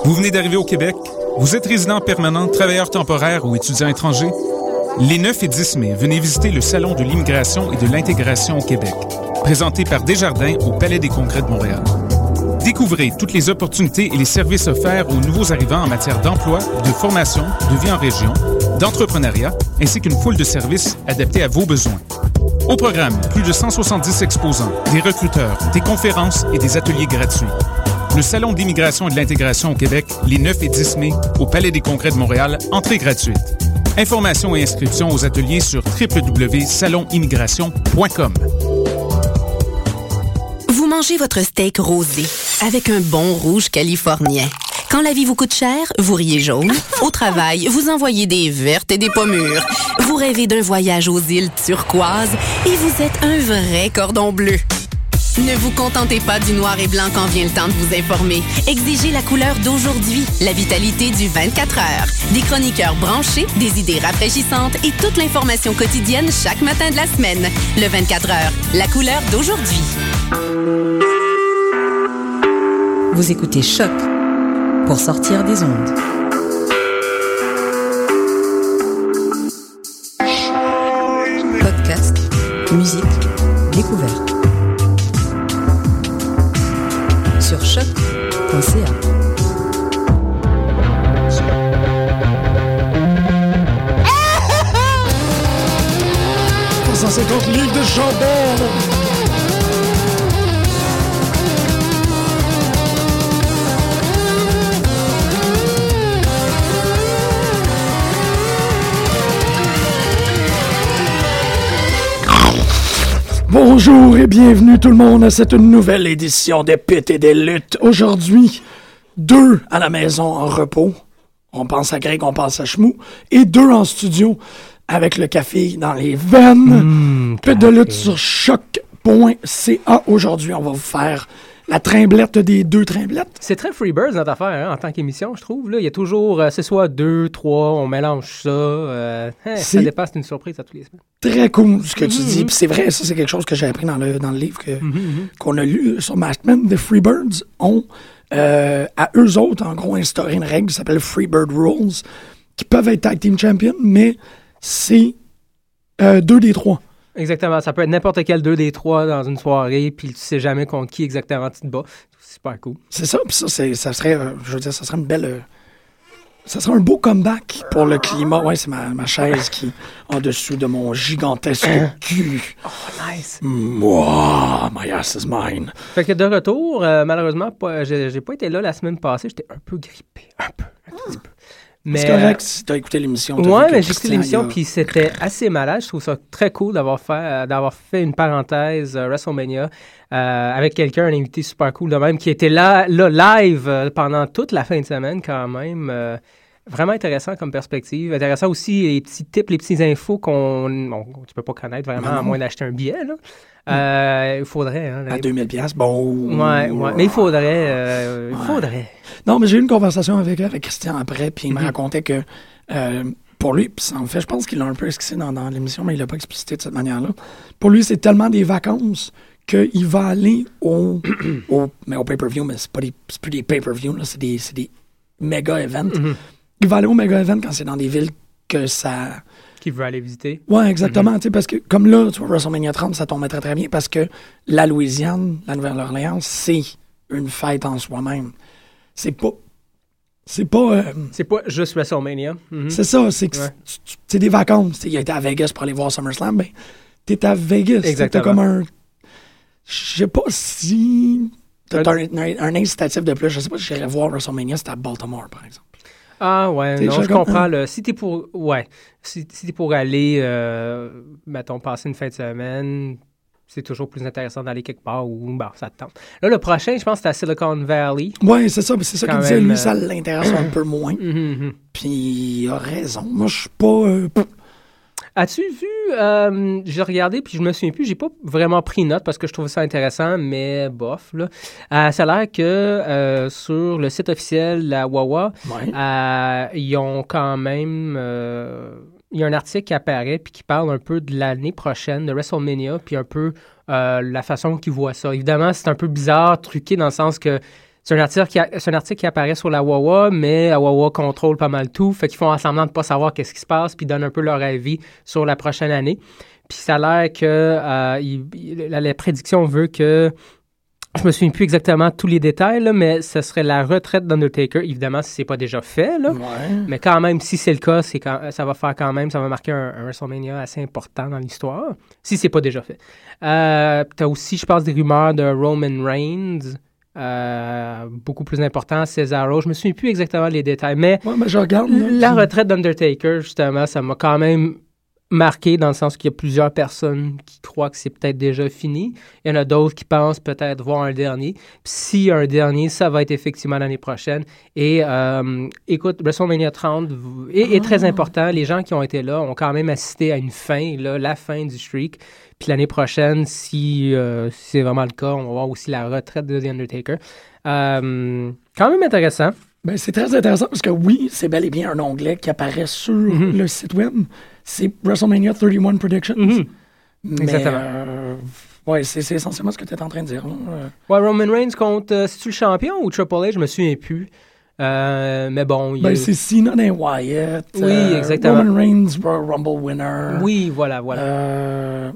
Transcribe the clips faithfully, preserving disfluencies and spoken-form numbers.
Vous venez d'arriver au Québec? Vous êtes résident permanent, travailleur temporaire ou étudiant étranger? Les neuf et dix mai, venez visiter le Salon de l'immigration et de l'intégration au Québec, présenté par Desjardins au Palais des Congrès de Montréal. Découvrez toutes les opportunités et les services offerts aux nouveaux arrivants en matière d'emploi, de formation, de vie en région, d'entrepreneuriat, ainsi qu'une foule de services adaptés à vos besoins. Au programme, plus de cent soixante-dix exposants, des recruteurs, des conférences et des ateliers gratuits. Le Salon de l'immigration et de l'intégration au Québec, les neuf et dix mai, au Palais des Congrès de Montréal, entrée gratuite. Informations et inscriptions aux ateliers sur w w w point salon immigration point com. Vous mangez votre steak rosé avec un bon rouge californien. Quand la vie vous coûte cher, vous riez jaune. Au travail, vous envoyez des vertes et des pommures. Vous rêvez d'un voyage aux îles turquoises et vous êtes un vrai cordon bleu. Ne vous contentez pas du noir et blanc quand vient le temps de vous informer. Exigez la couleur d'aujourd'hui, la vitalité du vingt-quatre heures. Des chroniqueurs branchés, des idées rafraîchissantes et toute l'information quotidienne chaque matin de la semaine. Le vingt-quatre heures, la couleur d'aujourd'hui. Vous écoutez Choc pour sortir des ondes. Podcast, musique, découverte. Sur choc point c a. cent cinquante livres de jambon. Bonjour et bienvenue tout le monde à cette nouvelle édition des Pits et des Luttes. Aujourd'hui, deux à la maison en repos. On pense à Greg, on pense à Chmou. Et deux en studio avec le café dans les veines. Mmh, Pits de lutte sur choc point c a. Aujourd'hui, on va vous faire la trimblette des deux trimblettes. C'est très Freebirds notre affaire, hein, en tant qu'émission, je trouve. Là. Il y a toujours, euh, c'est soit deux, trois, on mélange ça. Euh, hein, ça dépasse une surprise à tous les semaines. Très cool ce que tu mm-hmm. dis. Puis c'est vrai, ça c'est quelque chose que j'ai appris dans le, dans le livre que, mm-hmm. qu'on a lu sur Maskman. The Freebirds ont, euh, à eux autres, en gros, instauré une règle qui s'appelle Freebird Rules, qui peuvent être tag team champion, mais c'est euh, deux des trois. Exactement. Ça peut être n'importe quel deux des trois dans une soirée, puis tu sais jamais contre qui exactement tu te bats. C'est super cool. C'est ça, puis ça, c'est, ça serait, euh, je veux dire, ça serait une belle... Euh, ça serait un beau comeback pour le climat. Ouais, c'est ma, ma chaise qui en dessous de mon gigantesque cul. Oh, nice. Moi, my ass is mine. Fait que de retour, euh, malheureusement, pas, j'ai, j'ai pas été là la semaine passée. J'étais un peu grippé. Un peu, un petit peu. Mais, c'est correct si t'as écouté l'émission. T'as ouais, vu mais j'ai écouté l'émission, a... puis c'était assez malade. Je trouve ça très cool d'avoir fait, d'avoir fait une parenthèse euh, WrestleMania euh, avec quelqu'un, un invité super cool de même, qui était là, là live euh, pendant toute la fin de semaine quand même. Euh, vraiment intéressant comme perspective. Intéressant aussi les petits tips, les petites infos qu'on on, tu peux pas connaître vraiment à moins d'acheter un billet. Là. Euh, il faudrait. Hein, à deux mille dollars, bon. Ouais, ouais. Mais il faudrait. Euh, il ouais. faudrait. Non, mais j'ai eu une conversation avec, avec Christian après, puis il mm-hmm. me racontait que euh, pour lui, puis en fait, je pense qu'il l'a un peu esquissé dans, dans l'émission, mais il l'a pas explicité de cette manière-là. Pour lui, c'est tellement des vacances qu'il va aller au, au, mais au pay-per-view, mais c'est pas des, c'est plus des pay-per-view, là, c'est des, c'est des méga events. Mm-hmm. Il va aller au méga event quand c'est dans des villes que ça... Qu'il veut aller visiter. Ouais, exactement. Mm-hmm. Tu sais, parce que, comme là, tu vois, WrestleMania trente, ça tombe très, très bien parce que la Louisiane, la Nouvelle-Orléans, c'est une fête en soi-même. C'est pas... C'est pas... Euh, c'est pas juste WrestleMania. Mm-hmm. C'est ça. C'est, que ouais. c'est, c'est des vacances. T'sais, il a été à Vegas pour aller voir SummerSlam. Ben, t'es à Vegas. Exactement. T'es comme un... Je sais pas si... T'as un, un, un incitatif de plus. Je sais pas si j'irais voir WrestleMania, c'était à Baltimore, par exemple. Ah ouais, t'es non, je comprends. Là. Si t'es pour, ouais, si, si t'es pour aller, euh, mettons, passer une fin de semaine, c'est toujours plus intéressant d'aller quelque part où, bon, ça te tente. Là, le prochain, je pense, c'est à Silicon Valley. Ouais, c'est ça, c'est ça qu'il disait. Lui, euh... ça l'intéresse un peu moins. Mm-hmm. Puis il a raison. Moi, je suis pas... Euh... As-tu vu, euh, j'ai regardé, puis je me souviens plus, j'ai pas vraiment pris note parce que je trouvais ça intéressant, mais bof, là. Euh, ça a l'air que euh, sur le site officiel de la Wawa, ouais. euh, ils ont quand même... Euh, il y a un article qui apparaît puis qui parle un peu de l'année prochaine, de WrestleMania, puis un peu euh, la façon qu'ils voient ça. Évidemment, c'est un peu bizarre, truqué, dans le sens que C'est un, article qui a, c'est un article qui apparaît sur la W A W A, mais la W A W A contrôle pas mal tout. Fait qu'ils font semblant de pas savoir qu'est-ce qui se passe, puis donnent un peu leur avis sur la prochaine année. Puis ça a l'air que euh, il, il, la, la prédiction veut que... Je me souviens plus exactement tous les détails, là, mais ce serait la retraite d'Undertaker, évidemment, si c'est pas déjà fait. Là. Ouais. Mais quand même, si c'est le cas, c'est quand, ça va faire quand même, ça va marquer un, un WrestleMania assez important dans l'histoire, si c'est pas déjà fait. Euh, t'as aussi, je pense, des rumeurs de Roman Reigns, euh, beaucoup plus important, Cesaro. Je me souviens plus exactement les détails, mais, ouais, mais je regarde, là, la puis... retraite d'Undertaker, justement, ça m'a quand même marqué dans le sens qu'il y a plusieurs personnes qui croient que c'est peut-être déjà fini. Il y en a d'autres qui pensent peut-être voir un dernier. Puis s'il y a un dernier, ça va être effectivement l'année prochaine. Et euh, écoute, WrestleMania trente est, est très important. Les gens qui ont été là ont quand même assisté à une fin, là, la fin du streak. Puis l'année prochaine, si, euh, si c'est vraiment le cas, on va voir aussi la retraite de The Undertaker. Euh, quand même intéressant. Ben, c'est très intéressant parce que oui, c'est bel et bien un onglet qui apparaît sur mm-hmm. le site web. C'est WrestleMania trente et un Predictions. Mm-hmm. Mais, exactement. Euh, ouais, c'est, c'est essentiellement ce que tu es en train de dire. Là. Ouais, Roman Reigns contre, euh, c'est-tu le champion ou Triple H? Je me souviens plus. Euh, mais bon... Il ben, a... c'est Cena et Wyatt. Oui, euh, exactement. Roman Reigns, Royal Rumble winner. Oui, voilà, voilà. Euh...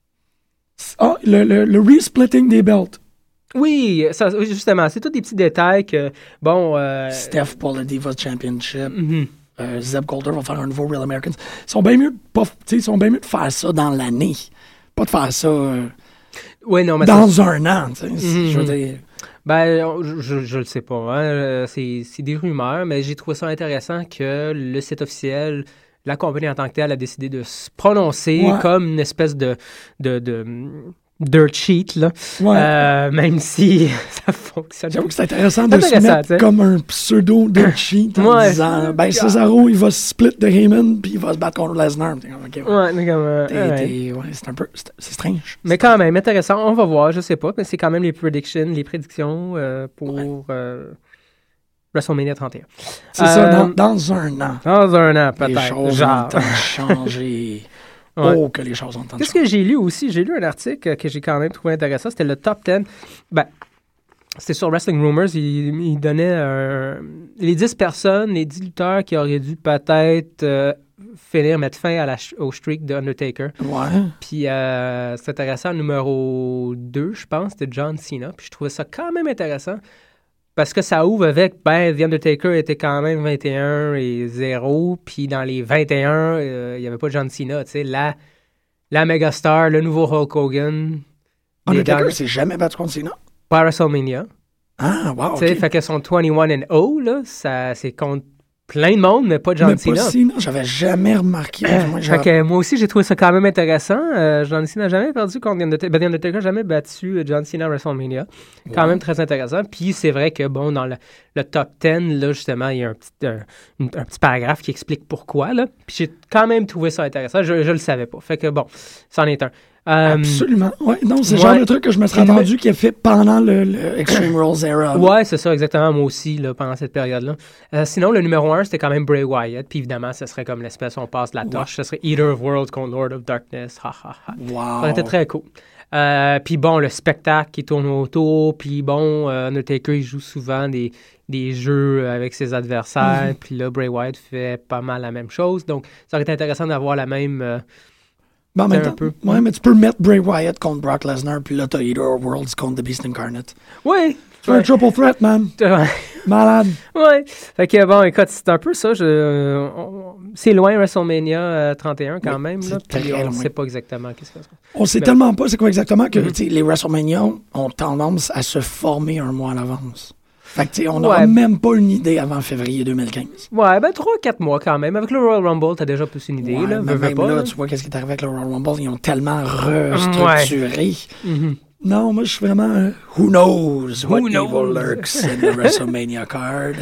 Ah, le, le, le resplitting des belts. Oui, ça, justement, c'est tous des petits détails que, bon... Euh... Steph pour le Divas Championship. Mm-hmm. Euh, Zeb Coulter va faire un nouveau Real Americans. Ils sont bien mieux de, pas, ils sont bien mieux de faire ça dans l'année. Pas de faire ça euh, ouais, non, mais dans ça... un an. Mm-hmm. Je veux dire... Ben, je, je le sais pas. Hein. C'est, c'est des rumeurs, mais j'ai trouvé ça intéressant que le site officiel, la compagnie en tant que telle, a décidé de se prononcer ouais. comme une espèce de... de, de dirt sheet, là. Ouais. Euh, même si ça fonctionne. J'avoue que c'est intéressant de se mettre t'sais. comme un pseudo dirt sheet en ouais. disant, ben, Cesaro, il va se split de Heyman, puis il va se battre contre Lesnar. Okay, ouais, ouais, mais comme, euh, t'es, ouais. T'es, ouais, c'est un peu, c'est, c'est strange. Mais quand même, intéressant. On va voir, je sais pas, mais c'est quand même les predictions, les prédictions euh, pour ouais. euh, WrestleMania trente et un. C'est euh, ça, dans, dans un an. Dans un an, peut-être. Les choses genre. ont changé. Ouais. Oh, que les choses ont changé. Qu'est-ce que j'ai lu aussi? J'ai lu un article que j'ai quand même trouvé intéressant. C'était le top dix. Ben, c'était sur Wrestling Rumors. Il, il donnait euh, les dix personnes, les dix lutteurs qui auraient dû peut-être euh, finir, mettre fin à la, au streak de Undertaker. Ouais. Puis euh, c'est intéressant. Numéro deux, je pense, c'était John Cena. Puis je trouvais ça quand même intéressant. Parce que ça ouvre avec, ben, The Undertaker était quand même vingt et un et zéro, puis dans les vingt et un, il euh, n'y avait pas John Cena, tu sais, la, la mégastar, le nouveau Hulk Hogan. Undertaker dans... s'est jamais battu contre Cena? Pas à WrestleMania. Ah, wow, Tu sais, okay. fait que son vingt et un and oh, là, ça, c'est contre plein de monde, mais pas John mais Cena. Pas Cena, j'avais jamais remarqué. moi, fait que, moi aussi, j'ai trouvé ça quand même intéressant. Euh, John Cena n'a jamais perdu contre The Undertaker. Ben, The Undertaker n'a jamais battu John Cena à WrestleMania. Ouais. Quand même très intéressant. Puis c'est vrai que, bon, dans le, le top dix, là, justement, il y a un petit, un, un petit paragraphe qui explique pourquoi, là. Puis j'ai quand même trouvé ça intéressant. Je, je le savais pas. Fait que, bon, c'en est un. Euh, Absolument. Ouais, non, c'est le ouais. genre de truc que je me serais attendu qu'il ait fait pendant le, le Extreme Rules era. Ouais, c'est ça, exactement. Moi aussi, là, pendant cette période-là. Euh, sinon, le numéro un, c'était quand même Bray Wyatt. Puis évidemment, ce serait comme l'espèce, on passe la torche. Ouais. Ce serait Eater of Worlds contre Lord of Darkness. Ha, ha, ha. Wow. Ça aurait été très cool. Euh, puis bon, le spectacle qui tourne autour. Puis bon, euh, Undertaker, il joue souvent des, des jeux avec ses adversaires. Mm-hmm. Puis là, Bray Wyatt fait pas mal la même chose. Donc, ça aurait été intéressant d'avoir la même... Euh, Ben, en même temps, peu. Ouais, mais tu peux mettre Bray Wyatt contre Brock Lesnar, puis là, t'as Eater of Worlds contre The Beast Incarnate. Oui. C'est un triple threat, man. Malade. Ouais. Fait que bon, écoute, c'est un peu ça. Je, euh, on, c'est loin WrestleMania euh, trente et un quand oui, même. Là, puis on ne sait pas exactement qu'est-ce que c'est. On sait mais, tellement pas c'est quoi exactement que mm-hmm. les WrestleMania ont tendance à se former un mois à l'avance. Fait que, on n'aura ouais. même pas une idée avant février deux mille quinze. Ouais, ben trois quatre mois quand même. Avec le Royal Rumble, t'as déjà plus une idée. Ouais, là, mais même pas, là, là, tu vois qu'est-ce qui est arrivé avec le Royal Rumble. Ils ont tellement restructuré. Ouais. Mm-hmm. Non, moi, je suis vraiment... Uh, who knows who what knows? Evil lurks in the WrestleMania card.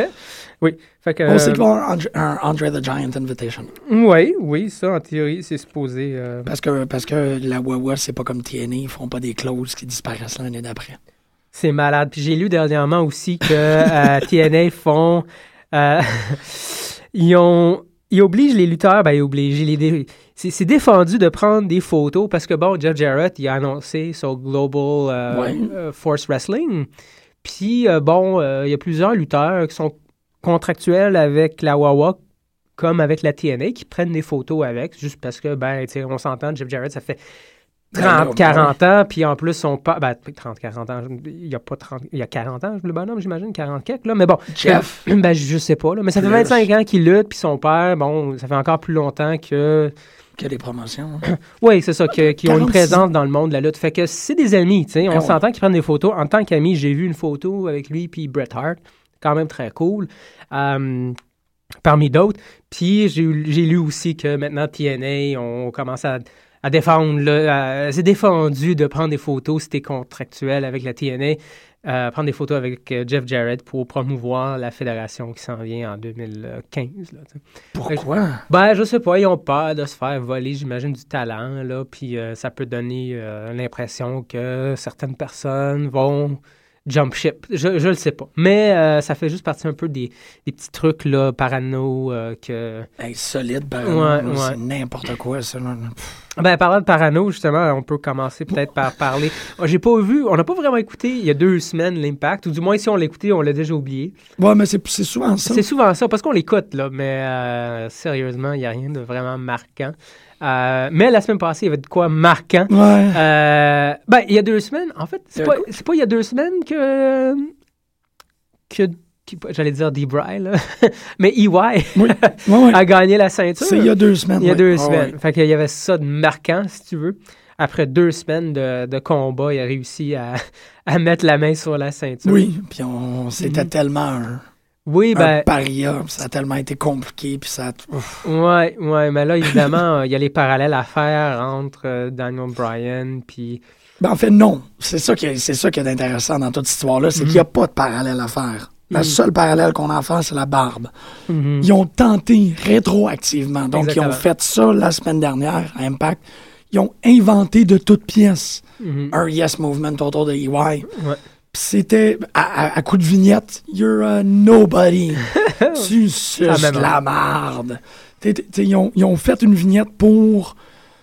Oui. Fait que, on sait qu'il va y avoir un Andre the Giant Invitation. Oui, oui, ça, en théorie, c'est supposé... Euh... Parce, que, parce que la W A W A, c'est pas comme T N A. Ils font pas des clauses qui disparaissent l'année d'après. C'est malade. Puis j'ai lu dernièrement aussi que euh, T N A font... Euh, ils ont... Ils obligent les lutteurs... Ben, ils obligent les... Dé... C'est, c'est défendu de prendre des photos parce que, bon, Jeff Jarrett, il a annoncé son Global euh, ouais. euh, Force Wrestling. Puis, euh, bon, il euh, y a plusieurs lutteurs qui sont contractuels avec la W A W A, comme avec la T N A, qui prennent des photos avec, juste parce que, ben, tu sais, on s'entend, Jeff Jarrett, ça fait trente, quarante ans, puis en plus, on pas. Ben, trente, quarante ans, il y a pas trente, il y a quarante ans, le bonhomme, j'imagine, quarante quelques, là, mais bon. Jeff. Euh, ben, je sais pas, là, mais ça fait vingt-cinq ans qu'il lutte, puis son père, bon, ça fait encore plus longtemps que. Qu'il y a des promotions. Hein. Oui, c'est ça, que, qui ont une quarante-six présence dans le monde de la lutte. Fait que c'est des amis, tu sais, on ben s'entend ouais. qu'ils prennent des photos. En tant qu'amis, j'ai vu une photo avec lui, puis Bret Hart, quand même très cool. Euh, parmi d'autres. Puis j'ai, j'ai lu aussi que maintenant T N A, on commence à, à défendre, là, à, c'est défendu de prendre des photos si t'es contractuel avec la T N A, euh, prendre des photos avec euh, Jeff Jarrett pour promouvoir la fédération qui s'en vient en deux mille quinze. Là, Pourquoi? Ben, je sais pas, ils ont peur de se faire voler, j'imagine, du talent, là, puis euh, ça peut donner euh, l'impression que certaines personnes vont jump ship. Je, je le sais pas. Mais euh, ça fait juste partie un peu des, des petits trucs, là, parano, euh, que... Hey, solide, parano, Ouais, là, ouais. c'est n'importe quoi, ça. Là. Ben, parlant de parano, justement, on peut commencer peut-être par parler... Oh, j'ai pas vu, on n'a pas vraiment écouté il y a deux semaines l'Impact, ou du moins, si on l'a écouté, on l'a déjà oublié. Ouais, mais c'est, c'est souvent ça. C'est souvent ça, parce qu'on l'écoute, là, mais euh, sérieusement, il n'y a rien de vraiment marquant. Euh, mais la semaine passée, il y avait de quoi marquant. Ouais. Euh, ben, il y a deux semaines, en fait, c'est Euh, pas, c'est pas il y a deux semaines que... que, que j'allais dire D-Bry, là, mais E Y Oui, ouais, ouais. a gagné la ceinture. C'est il y a deux semaines. Il y a ouais. deux Ah, semaines. ouais. Fait qu'il y avait ça de marquant, si tu veux. Après deux semaines de, de combat, il a réussi à, à mettre la main sur la ceinture. Oui, puis on, c'était Mhm. tellement un, Oui, un ben... paria, puis ça a tellement été compliqué, puis ça... Ouf. Ouais, ouais, mais là, évidemment, il y a les parallèles à faire entre euh, Daniel Bryan puis... Ben, en fait, non. C'est ça qui est, c'est ça qui est intéressant dans toute cette histoire-là, c'est Mhm. qu'il n'y a pas de parallèle à faire. La Mhm. seule parallèle qu'on a à faire, c'est la barbe. Mhm. Ils ont tenté rétroactivement. Donc, Exactement. ils ont fait ça la semaine dernière à Impact. Ils ont inventé de toutes pièces Mhm. un Yes Movement autour de E Y. Ouais. Puis c'était à, à, à coup de vignette. You're a nobody. tu suces Ah, même de la marde. T'sais, t'sais, ils, ont, ils ont fait une vignette pour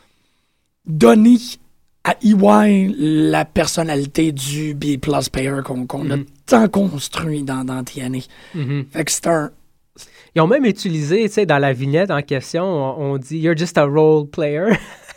donner à E Y la personnalité du B plus player qu'on, qu'on Mhm. a tant construit dans, dans T N A. Mhm. Fait que c'est un... Ils ont même utilisé, tu sais, dans la vignette en question, on, on dit « You're just a role player ».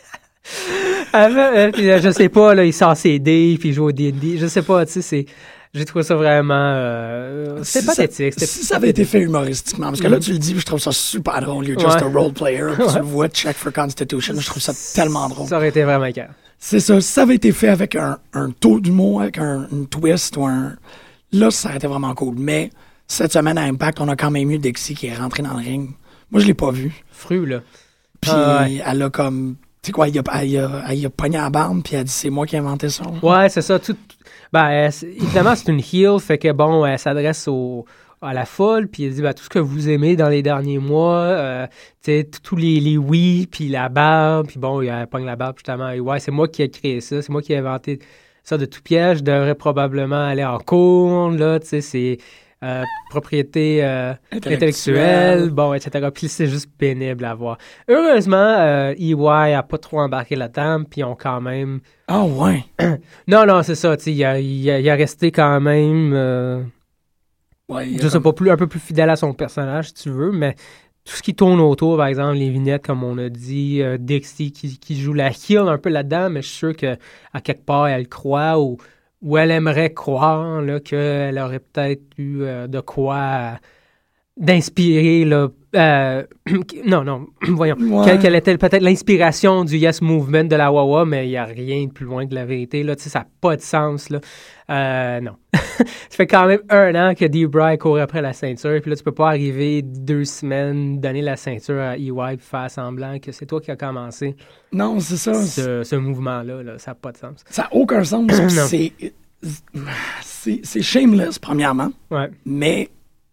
Avant, euh, puis, euh, je sais pas, là, il sort ses dés, puis il joue au D and D. Je sais pas, tu sais, c'est... J'ai trouvé ça vraiment... Euh, c'est Si pathétique. Ça, c'était si ça avait été fait humoristiquement, parce que là, tu le dis, puis je trouve ça super drôle. You're just Ouais. a role player. Puis Ouais. tu le vois, check for Constitution. Je trouve ça tellement drôle. Ça aurait été vraiment clair. C'est ça. Si ça avait été fait avec un, un taux d'humour, avec un une twist ou un... Là, ça aurait été vraiment cool. Mais cette semaine à Impact, on a quand même eu Dixie qui est rentrée dans le ring. Moi, je l'ai pas vu. Fru, là. Puis Ah ouais. elle a comme... Tu sais quoi, elle a, elle, a, elle a pogné la barbe, puis elle a dit, c'est moi qui ai inventé ça. Ouais, c'est ça. Tout, ben, euh, c'est- évidemment, c'est une heel, fait que bon, elle s'adresse au, à la foule, puis elle dit ben, tout ce que vous aimez dans les derniers mois, euh, tu sais, t- tous les, les oui, puis la barbe, puis bon, elle pogne la barbe justement. Et ouais, c'est moi qui ai créé ça, c'est moi qui ai inventé ça de tout piège. Je devrais probablement aller en cours, là, tu sais, c'est euh, propriété euh, Intellectuelle. intellectuelle, bon, et cetera. Puis c'est juste pénible à voir. Heureusement, euh, E Y a pas trop embarqué là-dedans, puis ils ont quand même... Ah ouais. Non, non, c'est ça, tu sais, il a, il a, il a resté quand même, euh, Ouais, il y a je sais comme- pas, plus, un peu plus fidèle à son personnage, si tu veux, mais tout ce qui tourne autour, par exemple, les vignettes, comme on a dit, euh, Dixie qui, qui joue la heel un peu là-dedans, mais je suis sûr qu'à quelque part, elle croit ou, ou elle aimerait croire là, qu'elle aurait peut-être eu euh, de quoi euh, d'inspirer, là, euh, non, non, voyons, Ouais. quelle, quelle était peut-être l'inspiration du Yes Movement de la Wawa, mais il n'y a rien de plus loin que la vérité, là, tu sais, ça n'a pas de sens, là. Euh, non. Ça fait quand même un an que D-Bry court après la ceinture, puis là, tu peux pas arriver deux semaines, donner la ceinture à E Y, puis faire semblant que c'est toi qui as commencé Non, c'est ça. ce, ce mouvement-là, là. Ça n'a pas de sens. Ça n'a aucun sens. puis Non. c'est, c'est, c'est shameless, premièrement, Ouais. mais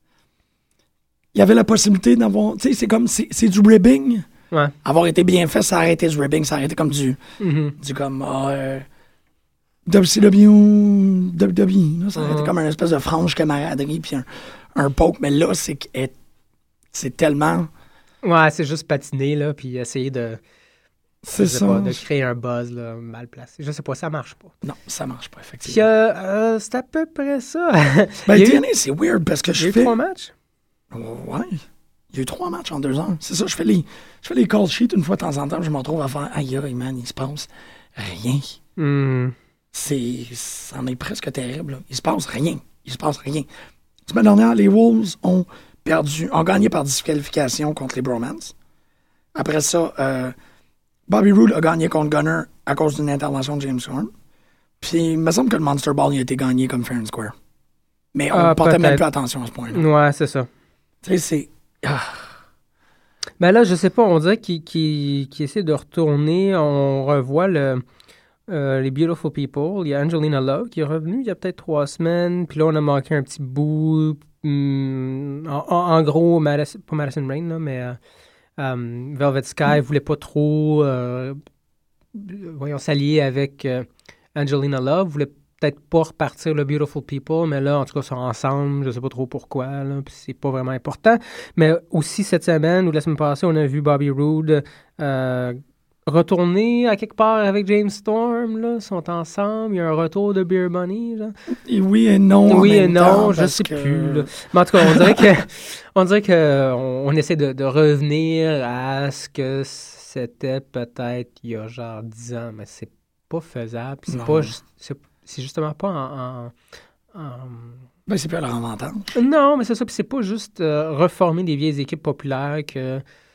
il y avait la possibilité d'avoir... Tu sais, c'est comme... C'est, c'est du ribbing. Ouais. Avoir été bien fait, ça aurait été du ribbing. Ça aurait été comme du... Mhm. du comme... ah, euh, W C W, W W E. Là, ça aurait été Mhm. comme une espèce de franche camaraderie puis un, un poke. Mais là, c'est, que- est- c'est tellement... Ouais, c'est juste patiner, là, puis essayer de... C'est je sais ça. pas, de créer un buzz là, mal placé. Je sais pas, ça marche pas. Non, ça marche pas, Puis, effectivement. euh, euh, c'est à peu près ça. Ben, Il y a T eu- N A, c'est weird parce que il y a je eu fais... trois matchs. Ouais. Il y a eu trois matchs en deux heures. C'est ça, je fais les, je fais les call sheets une fois de temps en temps. Je me retrouve à faire aïe, aïe, man, il se passe rien. Hmm. C'est, c'en est presque terrible. Là. Il se passe rien. Il se passe rien. La semaine dernière, les Wolves ont perdu, ont gagné par disqualification contre les Bromans. Après ça, euh, Bobby Roode a gagné contre Gunner à cause d'une intervention de James Horn. Puis il me semble que le Monster Ball il a été gagné comme fair and square. Mais on Ah, portait même peut-être. plus attention à ce point-là. Ouais, c'est ça. Tu sais, c'est... Ah. Ben là, je sais pas, on dirait qu'il qu'il- qu'il essaie de retourner. On revoit le, euh, les Beautiful People. Il y a Angelina Love qui est revenue il y a peut-être trois semaines. Puis là, on a manqué un petit bout. Hum, en, en- en gros, Madison, pas Madison Rain, là, mais euh, euh, Velvet Sky voulait pas trop euh, voyons, s'allier avec euh, Angelina Love. Voulait peut-être pas repartir le Beautiful People, mais là, en tout cas, ils sont ensemble. Je sais pas trop pourquoi. Là, puis c'est pas vraiment important. Mais aussi, cette semaine ou la semaine passée, on a vu Bobby Roode euh, retourner à quelque part avec James Storm. Là. Ils sont ensemble. Il y a un retour de Beer Bunny. Là. Et oui et non. en Oui et même non, temps, je parce sais que- plus. Là. Mais en tout cas, on dirait que on dirait que on, on essaie de, de revenir à ce que c'était peut-être il y a genre dix ans, mais c'est pas faisable. puis C'est Non. pas juste- c'est, c'est justement pas en, en- en- Ben, c'est plus à leur avantage. Non, mais c'est ça. Puis c'est pas juste euh, reformer des vieilles équipes populaires que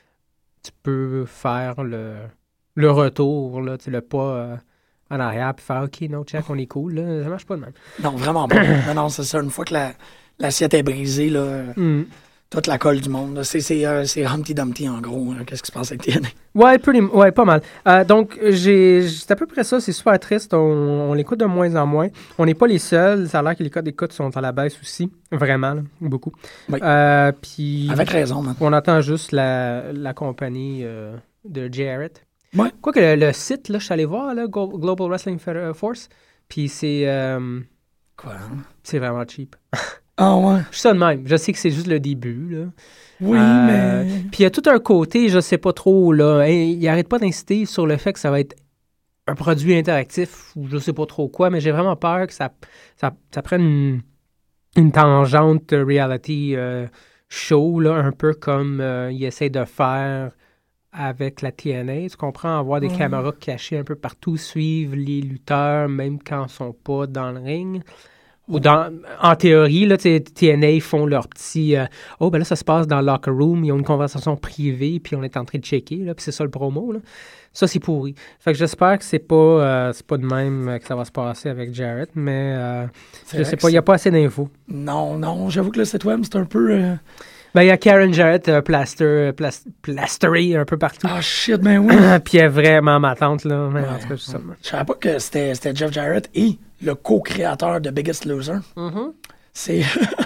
tu peux faire le, le retour, là, tu sais, le pas euh, en arrière, puis faire OK, no check, on est cool. Là. Ça marche pas de même. Non, vraiment pas. non, non, c'est ça. Une fois que la, l'assiette est brisée, là, euh, Hmm. toute la colle du monde, là, c'est, c'est, euh, c'est Humpty Dumpty, en gros. Là. Qu'est-ce qui se passe avec T N A? Ouais, pretty, ouais, pas mal. Euh, donc, j'ai, c'est à peu près ça. C'est super triste. On, on l'écoute de moins en moins. On n'est pas les seuls. Ça a l'air que les codes d'écoute sont à la baisse aussi. Vraiment, là, beaucoup. Oui. Euh, puis, Avec raison, man. on attend juste la, la compagnie euh, de Jarrett. Ouais. Quoique le, le site, là, je suis allé voir, là, Go- Global Wrestling Fed- Force. Puis c'est, euh, Quoi? hein? c'est vraiment cheap. Ah ouais. Je suis ça de même. Je sais que c'est juste le début, là. Oui, Euh, mais... Puis il y a tout un côté, je sais pas trop, là. hein, il arrête pas d'insister sur le fait que ça va être un produit interactif ou je sais pas trop quoi, mais j'ai vraiment peur que ça, ça, ça prenne une, une tangente reality euh, show, là, un peu comme euh, il essaie de faire avec la T N A. Tu comprends? Avoir des Ouais. caméras cachées un peu partout, suivre les lutteurs, même quand ils sont pas dans le ring. Ou dans, en théorie, là, tu sais, T N A font leur petit euh, oh, ben là, ça se passe dans le locker room, ils ont une conversation privée, puis on est en train de checker, là, puis c'est ça le promo. Là. Ça, c'est pourri. Fait que j'espère que c'est pas, euh, c'est pas de même euh, que ça va se passer avec Jarrett, mais euh, C'est je vrai sais que pas, il n'y a c'est- pas assez d'infos. Non, non, j'avoue que le site web, c'est un peu... euh, Ben, il y a Karen Jarrett euh, plaster, plas- plasterée un peu partout. Ah, shit, ben oui. Puis elle est vraiment ma tante, là. Mais en Ouais, tout cas, je sais ça. Je savais pas que c'était, c'était Jeff Jarrett et le co-créateur de Biggest Loser. Mhm. C'est,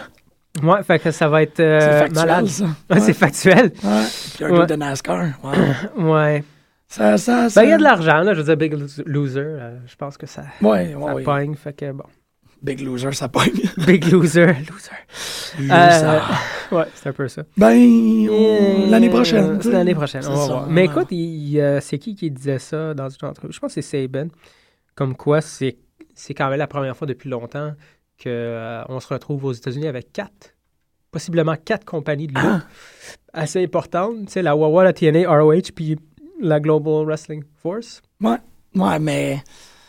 Ouais, fait que ça va être euh, c'est factuel, malade. ça. Ah, Ouais. c'est factuel. Ouais. Puis un Ouais. gars de NASCAR. Ouais. Ouais. ça, ça, ça... Ben, il y a de l'argent, là. Je veux dire, Big Lo- Loser, euh, je pense que ça, Ouais, ouais, ça ouais. pogne. Fait que bon. Big Loser, ça pogne. Big Loser. Loser. Loser. Ouais, c'est un peu ça. Ben, on- Euh, l'année prochaine. C'est l'année prochaine, on va C'est ça, voir. Mais ouais. écoute, il, euh, c'est qui qui disait ça dans une entrevue? Je pense que c'est Saban. Comme quoi, c'est, c'est quand même la première fois depuis longtemps qu'on euh, se retrouve aux États-Unis avec quatre, possiblement quatre compagnies de lutte assez importantes. Tu sais, la W A W A, la T N A, R O H, puis la Global Wrestling Force. Ouais, ouais, mais...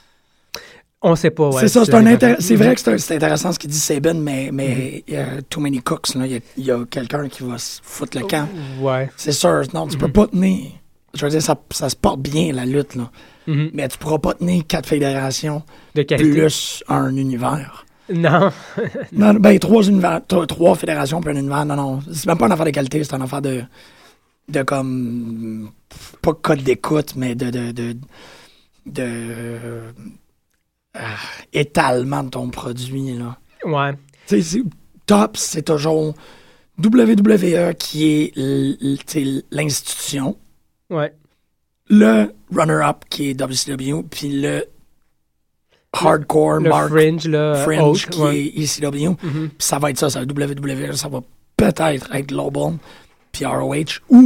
On sait pas, ouais. c'est ça, c'est, un l'année intér- prochaine. c'est vrai que c'est, un- c'est intéressant ce qu'il dit Saban, mais mais il y a too many cooks. là. Il y a, il y a quelqu'un qui va se foutre le camp. Ouais. C'est sûr, non, tu peux pas tenir... Je veux dire, ça, ça se porte bien, la lutte, là. Mhm. Mais tu pourras pas tenir quatre fédérations De qualité. plus un univers. Non. Non, ben, trois univers, trois, trois fédérations plus un univers, non, non. C'est même pas une affaire de qualité, c'est une affaire de... de comme... pas code d'écoute, mais de... de, de, de euh, étalement de ton produit, là. Ouais. Tu sais, c'est- Top, c'est toujours W W E qui est l- l- tu sais, l'institution, Ouais. le runner-up qui est W C W, puis le hardcore Le mark Fringe, là. Fringe Oath, qui ouais. est E C W. Mhm. Puis ça va être ça, ça va être W W E, ça va peut-être être Global, puis R O H, ou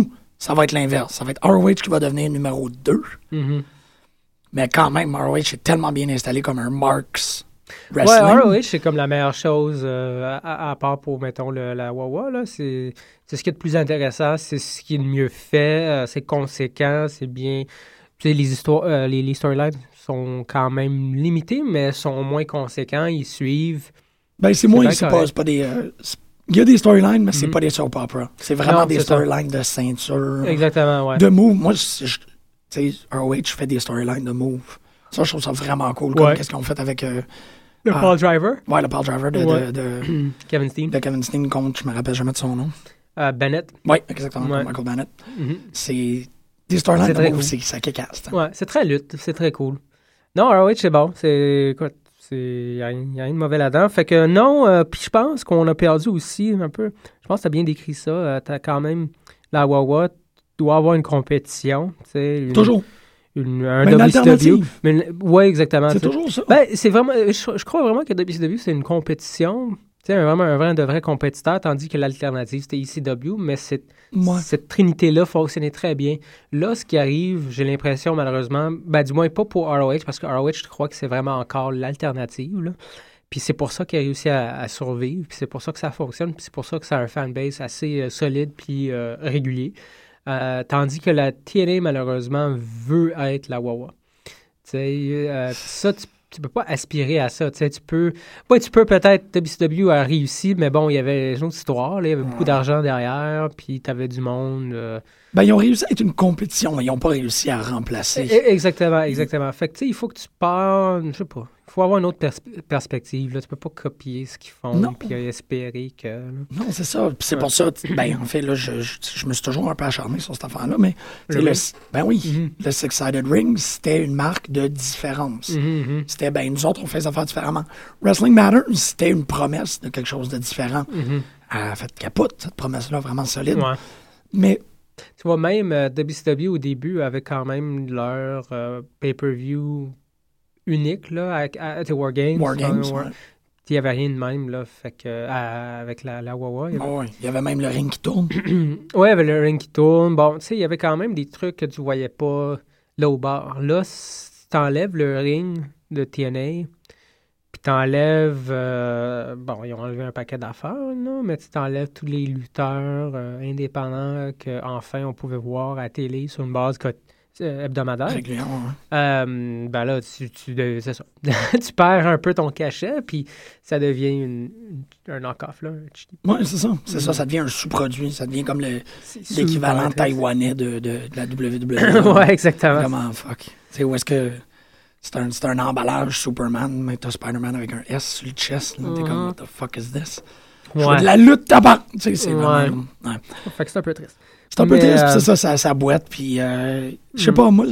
ça va être l'inverse. Ça va être R O H qui va devenir numéro deux. Mm-hmm. Mais quand même, R O H est tellement bien installé comme un Marks Ouais, Wrestling. R O H, c'est comme la meilleure chose, euh, à, à part pour, mettons, le, la Wawa, là. C'est, c'est ce qui est le plus intéressant, c'est ce qui est le mieux fait, euh, c'est conséquent, c'est bien... Tu sais, les histoires, euh, les, les storylines sont quand même limitées, mais sont moins conséquents, ils suivent. Ben, c'est, C'est moins, bien c'est pas, correct. c'est pas des... euh, c'est- il y a des storylines, mais c'est Mhm. pas des soap opera. C'est vraiment Non, des c'est ça. storylines de ceinture, Exactement, ouais. de move. Moi, je- je- tu sais, R O H fait des storylines de move. Ça, je trouve ça vraiment cool. Comme Ouais. qu'est-ce qu'ils ont fait avec... euh, Le ah. Paul Driver, ouais, le Paul Driver de, Ouais. de, de, Kevin Steen, de Kevin Steen contre, je me rappelle jamais de son nom. euh, Bennett. Oui, exactement, Ouais. Michael Bennett. Mhm. C'est des storylines C'est de très move, cool. c'est, ça kick-ass. hein. Ouais, c'est très lutte, c'est très cool. Non, R O H, c'est bon. C'est. Écoute, il n'y a, rien- y a rien de mauvais là-dedans. Fait que non, euh, puis je pense qu'on a perdu aussi un peu. Je pense que tu as bien décrit ça. Euh, tu as quand même. La Wawa doit avoir une compétition. Tu sais, une- Toujours. Une, un Mais une W C W. alternative. Mais une- ouais, exactement. C'est tu sais. toujours ça. Ben, c'est vraiment. Je, je crois vraiment que W C W, c'est une compétition. Tu sais, un- vraiment un vrai, de vrai compétiteur, tandis que l'alternative, c'était E C W, mais c'est. Ouais. Cette trinité-là fonctionnait très bien. Là, ce qui arrive, j'ai l'impression, malheureusement, ben, du moins pas pour R O H, parce que R O H, je crois que c'est vraiment encore l'alternative. Là. Puis c'est pour ça qu'il a réussi à, à survivre, puis c'est pour ça que ça fonctionne, puis c'est pour ça que ça a un fanbase assez euh, solide puis euh, régulier. Euh, tandis que la T N A, malheureusement, veut être la Wawa. Tu sais, euh, ça, tu tu peux pas aspirer à ça. Tu sais, tu peux, ouais, tu peux peut-être, W C W a réussi, mais bon, il y avait une autre histoire, là, il y avait beaucoup d'argent derrière, puis tu avais du monde. euh, Ben, ils ont réussi à être une compétition, mais ils n'ont pas réussi à remplacer. E- Exactement, exactement. Fait que, tu sais, il faut que tu pars, je sais pas, il faut avoir une autre pers- perspective. Là. Tu peux pas copier ce qu'ils font, Non. puis espérer que... là. Non, c'est ça. Puis c'est Ouais. pour ça, t- ben, en fait, là, je, je, je me suis toujours un peu acharné sur cette affaire-là, mais tu sais, Le le, ring? ben oui, Mhm. le Six-Sided Ring, c'était une marque de différence. Mhm, mhm, C'était, ben, nous autres, on fait les affaires différemment. Wrestling Matters, c'était une promesse de quelque chose de différent. mhm. Elle a fait capote, cette promesse-là, vraiment solide. Ouais. Mais, Tu vois, même euh, W C W, au début, avait quand même leur euh, pay-per-view unique, là, avec, à, à, War Games. War Games, euh, ouais. Il n'y avait rien de même, là, fait que, euh, avec la, la Wawa. il y avait- Ah ouais, il y avait même le ring qui tourne. Ouais, il y avait le ring qui tourne. Bon, tu sais, il y avait quand même des trucs que tu voyais pas là au bar. Là, si t'enlèves le ring de T N A, puis t'enlèves... euh, bon, ils ont enlevé un paquet d'affaires, là, mais tu t'enlèves tous les lutteurs euh, indépendants qu'enfin on pouvait voir à télé sur une base co- euh, hebdomadaire. Régulièrement, ouais. Euh, ben là, tu, tu, de- c'est ça. Tu perds un peu ton cachet, puis ça devient une, une- un knock-off, là. un cheat. Ouais, c'est ça. C'est Mhm. ça, ça devient un sous-produit. Ça devient comme le, C'est l'équivalent super taïwanais de, de, de la W W E. ouais, exactement. Vraiment, fuck. Tu sais, où est-ce que c'est un, c'est un emballage Superman, mais t'as Spider-Man avec un S sur le chest. là. T'es Mhm. comme, what the fuck is this? Je fais Ouais. de la lutte tabac! Tu sais, c'est Ouais. vraiment... Ouais. Fait que c'est un peu triste. C'est un peu Mais, triste, puis euh, c'est ça, ça, ça boite, puis euh, je sais Mhm. pas, moi,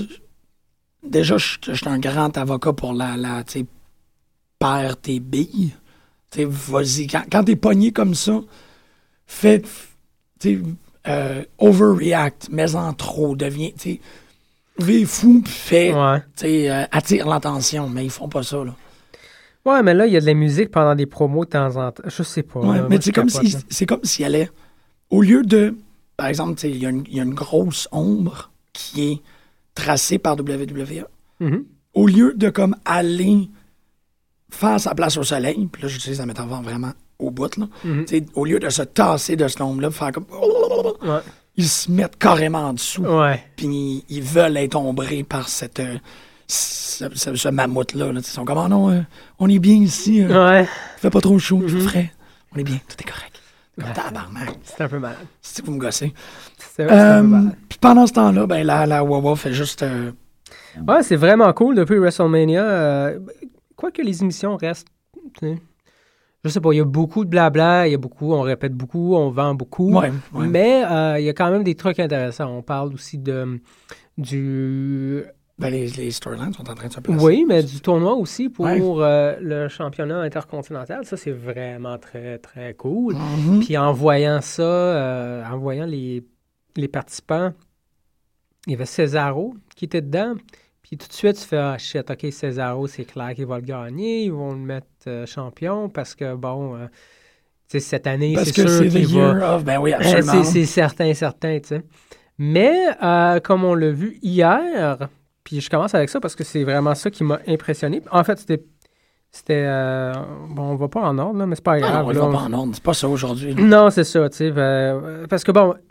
déjà, je je suis un grand avocat pour la, la tu sais, perds tes billes. Tu sais, vas-y, quand, quand t'es pogné comme ça, fais, tu sais, euh, overreact, mets-en trop, deviens, tu sais, vis fou, puis fais, Ouais. tu sais, euh, attire l'attention, mais ils font pas ça, là. Ouais, mais là, il y a de la musique pendant des promos de temps en temps. Je sais pas. Ouais, là, mais moi, c'est je comme capote, si, là. c'est comme s'il allait, au lieu de, par exemple, tu sais, il y, a une- il y a une grosse ombre qui est tracée par W W E. Mhm. Au lieu de comme aller faire sa place au soleil, puis là j'utilise la métaphore vraiment au bout, là, Mhm. tu sais, au lieu de se tasser de cette ombre-là, faire comme... Ouais. Ils se mettent carrément en dessous, Ouais. puis ils, ils veulent être ombrés par cette, euh, ce, ce- ce mammouth-là. Là. Ils sont comme, oh non, euh, on est bien ici, euh, Ouais. il fait pas trop chaud, il Mhm. fait frais, on est bien, tout est correct. Comme Ouais. tabarnak, C'est un peu malade. c'est que vous me gossez. C'est vrai que c'est un peu Euh, malade. puis pendant ce temps-là, ben, la, la Wawa fait juste... euh, Ouais, c'est vraiment cool depuis WrestleMania. Euh, Quoique les émissions restent. Tu sais, je sais pas, il y a beaucoup de blabla, il y a beaucoup, on répète beaucoup, on vend beaucoup. ouais, ouais. Mais euh, il y a quand même des trucs intéressants. On parle aussi de du. Ben, les, les storylines sont en train de se placer. Oui, mais du tournoi aussi pour Ouais. euh, le championnat intercontinental. Ça, c'est vraiment très, très cool. Mhm. Puis en voyant ça, euh, en voyant les, les participants, il y avait Cesaro qui était dedans. Puis tout de suite, tu fais « Ah, shit, OK, Cesaro, c'est clair qu'il va le gagner. Ils vont le mettre euh, champion parce que, bon, euh, tu sais, cette année, Parce c'est que sûr c'est the qu'il va... year of... Ben oui, Euh, absolument. c'est, c'est certain, certain, tu sais. Mais, euh, comme on l'a vu hier, puis je commence avec ça parce que c'est vraiment ça qui m'a impressionné. En fait, c'était... C'était... Euh, bon, on va pas en ordre, là, mais c'est pas grave. Ah non, on là, va on... pas en ordre. C'est pas ça aujourd'hui. Là. Non, c'est ça, tu sais. Euh, parce que, bon...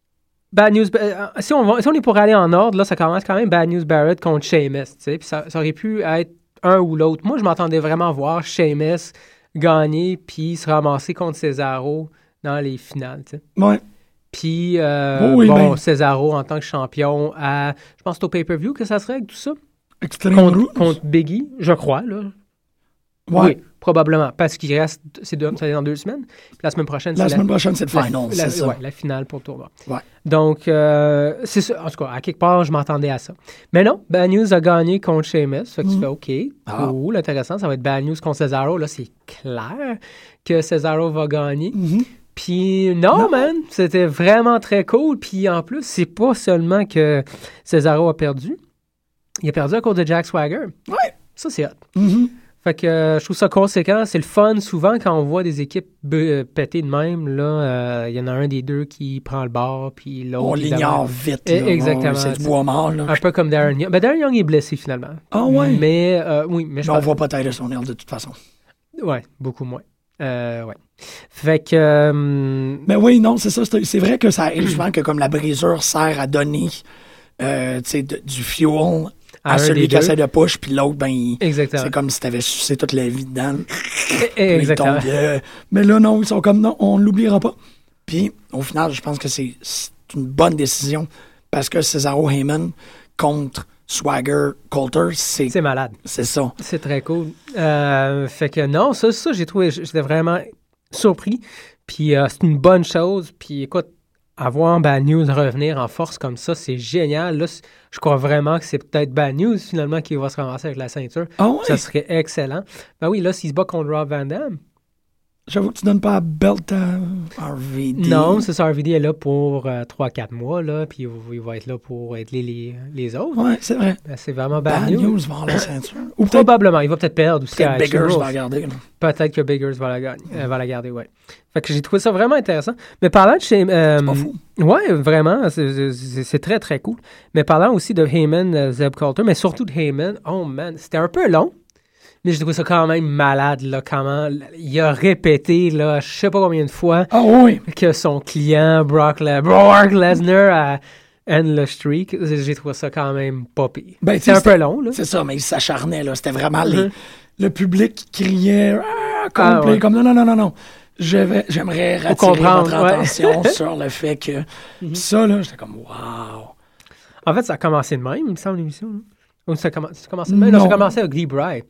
Bad News... Euh, si, on va, si on est pour aller en ordre, là, ça commence quand même Bad News Barrett contre Sheamus, tu sais. Puis ça, ça aurait pu être un ou l'autre. Moi, je m'attendais vraiment voir Sheamus gagner puis se ramasser contre Cesaro dans les finales, tu sais. Ouais. Puis, euh, oui, bon, ben... Cesaro en tant que champion à... Je pense que c'est au pay-per-view que ça serait avec tout ça. Extreme Contre, Rules. contre Biggie, je crois, là. Ouais. Oui, probablement. Parce qu'il reste... C'est deux, ça est dans deux semaines. Puis la semaine prochaine, la c'est semaine la, prochaine, c'est le la, final, la, c'est ça. Ouais, la finale pour le tournoi. Ouais. Donc, euh, c'est ça. En tout cas, à quelque part, je m'attendais à ça. Mais non, Bad News a gagné contre Sheamus. Fait que tu Mm. fais OK, Ah. cool, intéressant. Ça va être Bad News contre Cesaro. Là, c'est clair que Cesaro va gagner. Mhm. Puis non, Non. man, c'était vraiment très cool. Puis en plus, c'est pas seulement que Cesaro a perdu. Il a perdu à cause de Jack Swagger. Ouais. Ça, c'est hot. Mhm. Fait que euh, je trouve ça conséquent. C'est le fun. Souvent, quand on voit des équipes be- péter de même, là, il euh, y en a un des deux qui prend le bord, puis l'autre... On évidemment- l'ignore vite. Eh, Là. exactement. C'est du bois mort. Là. Un peu comme Darren Young. Ben, Darren Young est blessé, finalement. Ah ouais? Mais, euh, oui, mais je Mais on pense... voit pas Titus O'Neil de toute façon. Ouais, beaucoup moins. Euh, ouais. Fait que... euh, Mais oui, non, c'est ça. C'est, c'est vrai que ça arrive souvent que comme la brisure sert à donner euh, tu sais, de- du fuel à, un celui des qui deux. essaie de push, puis l'autre, ben, il- Exactement. c'est comme si t'avais sucé toute la vie dedans. Eh, Puis eh, là, il Exactement. tombe, euh, mais là, non, ils sont comme non, on l'oubliera pas. Puis, au final, je pense que c'est, c'est une bonne décision parce que Cesaro Heyman contre Swagger Coulter, c'est, C'est malade. c'est ça. C'est très cool. Euh, fait que non, ça, ça j'ai trouvé, j'étais vraiment surpris. Puis euh, c'est une bonne chose. Puis écoute, avoir Bad News revenir en force comme ça, c'est génial. Là, c- je crois vraiment que c'est peut-être Bad News finalement qui va se ramasser avec la ceinture. Ah ouais? Ça serait excellent. Ben oui, là, s'il se bat contre Rob Van Dam. J'avoue que tu donnes pas la belt à R V D. Non, c'est ça, R V D est là pour euh, trois à quatre mois, là, puis il, va- il va être là pour aider les, les autres. Ouais, c'est vrai. Ben, c'est vraiment Bad, Bad News. News va avoir la ceinture. Ou peut-être, Probablement, il va peut-être perdre aussi à peut-être Biggers Extreme va Rules. regarder. là. Peut-être que Biggers va la, gagner, euh, va la garder, ouais. Fait que j'ai trouvé ça vraiment intéressant. Mais parlant de chez... Euh, C'est pas fou. Ouais, vraiment, c'est, c'est, c'est très, très cool. Mais parlant aussi de Heyman, euh, Zeb Coulter, mais surtout de Heyman, oh man, c'était un peu long, mais j'ai trouvé ça quand même malade, là, comment... Il a répété, là, je sais pas combien de fois, Ah oui. que son client, Brock, Le- Brock Lesnar, a end le streak. J'ai trouvé ça quand même pas pire. Ben, tu c'est sais, un c'était- peu long, là. C'est ça, mais il s'acharnait, là. C'était vraiment les- Mhm. le public qui criait ah, complet, Ah, ouais. comme non, non, non, non, non. Je vais, j'aimerais Faut rattirer comprendre, votre ouais. attention sur le fait que. Puis ça, là, j'étais comme wow. En fait, ça a commencé de même, il me semble, l'émission. Là. Ou ça a commencé, ça a commencé de même? Non, Non. ça a commencé avec Dee Bry.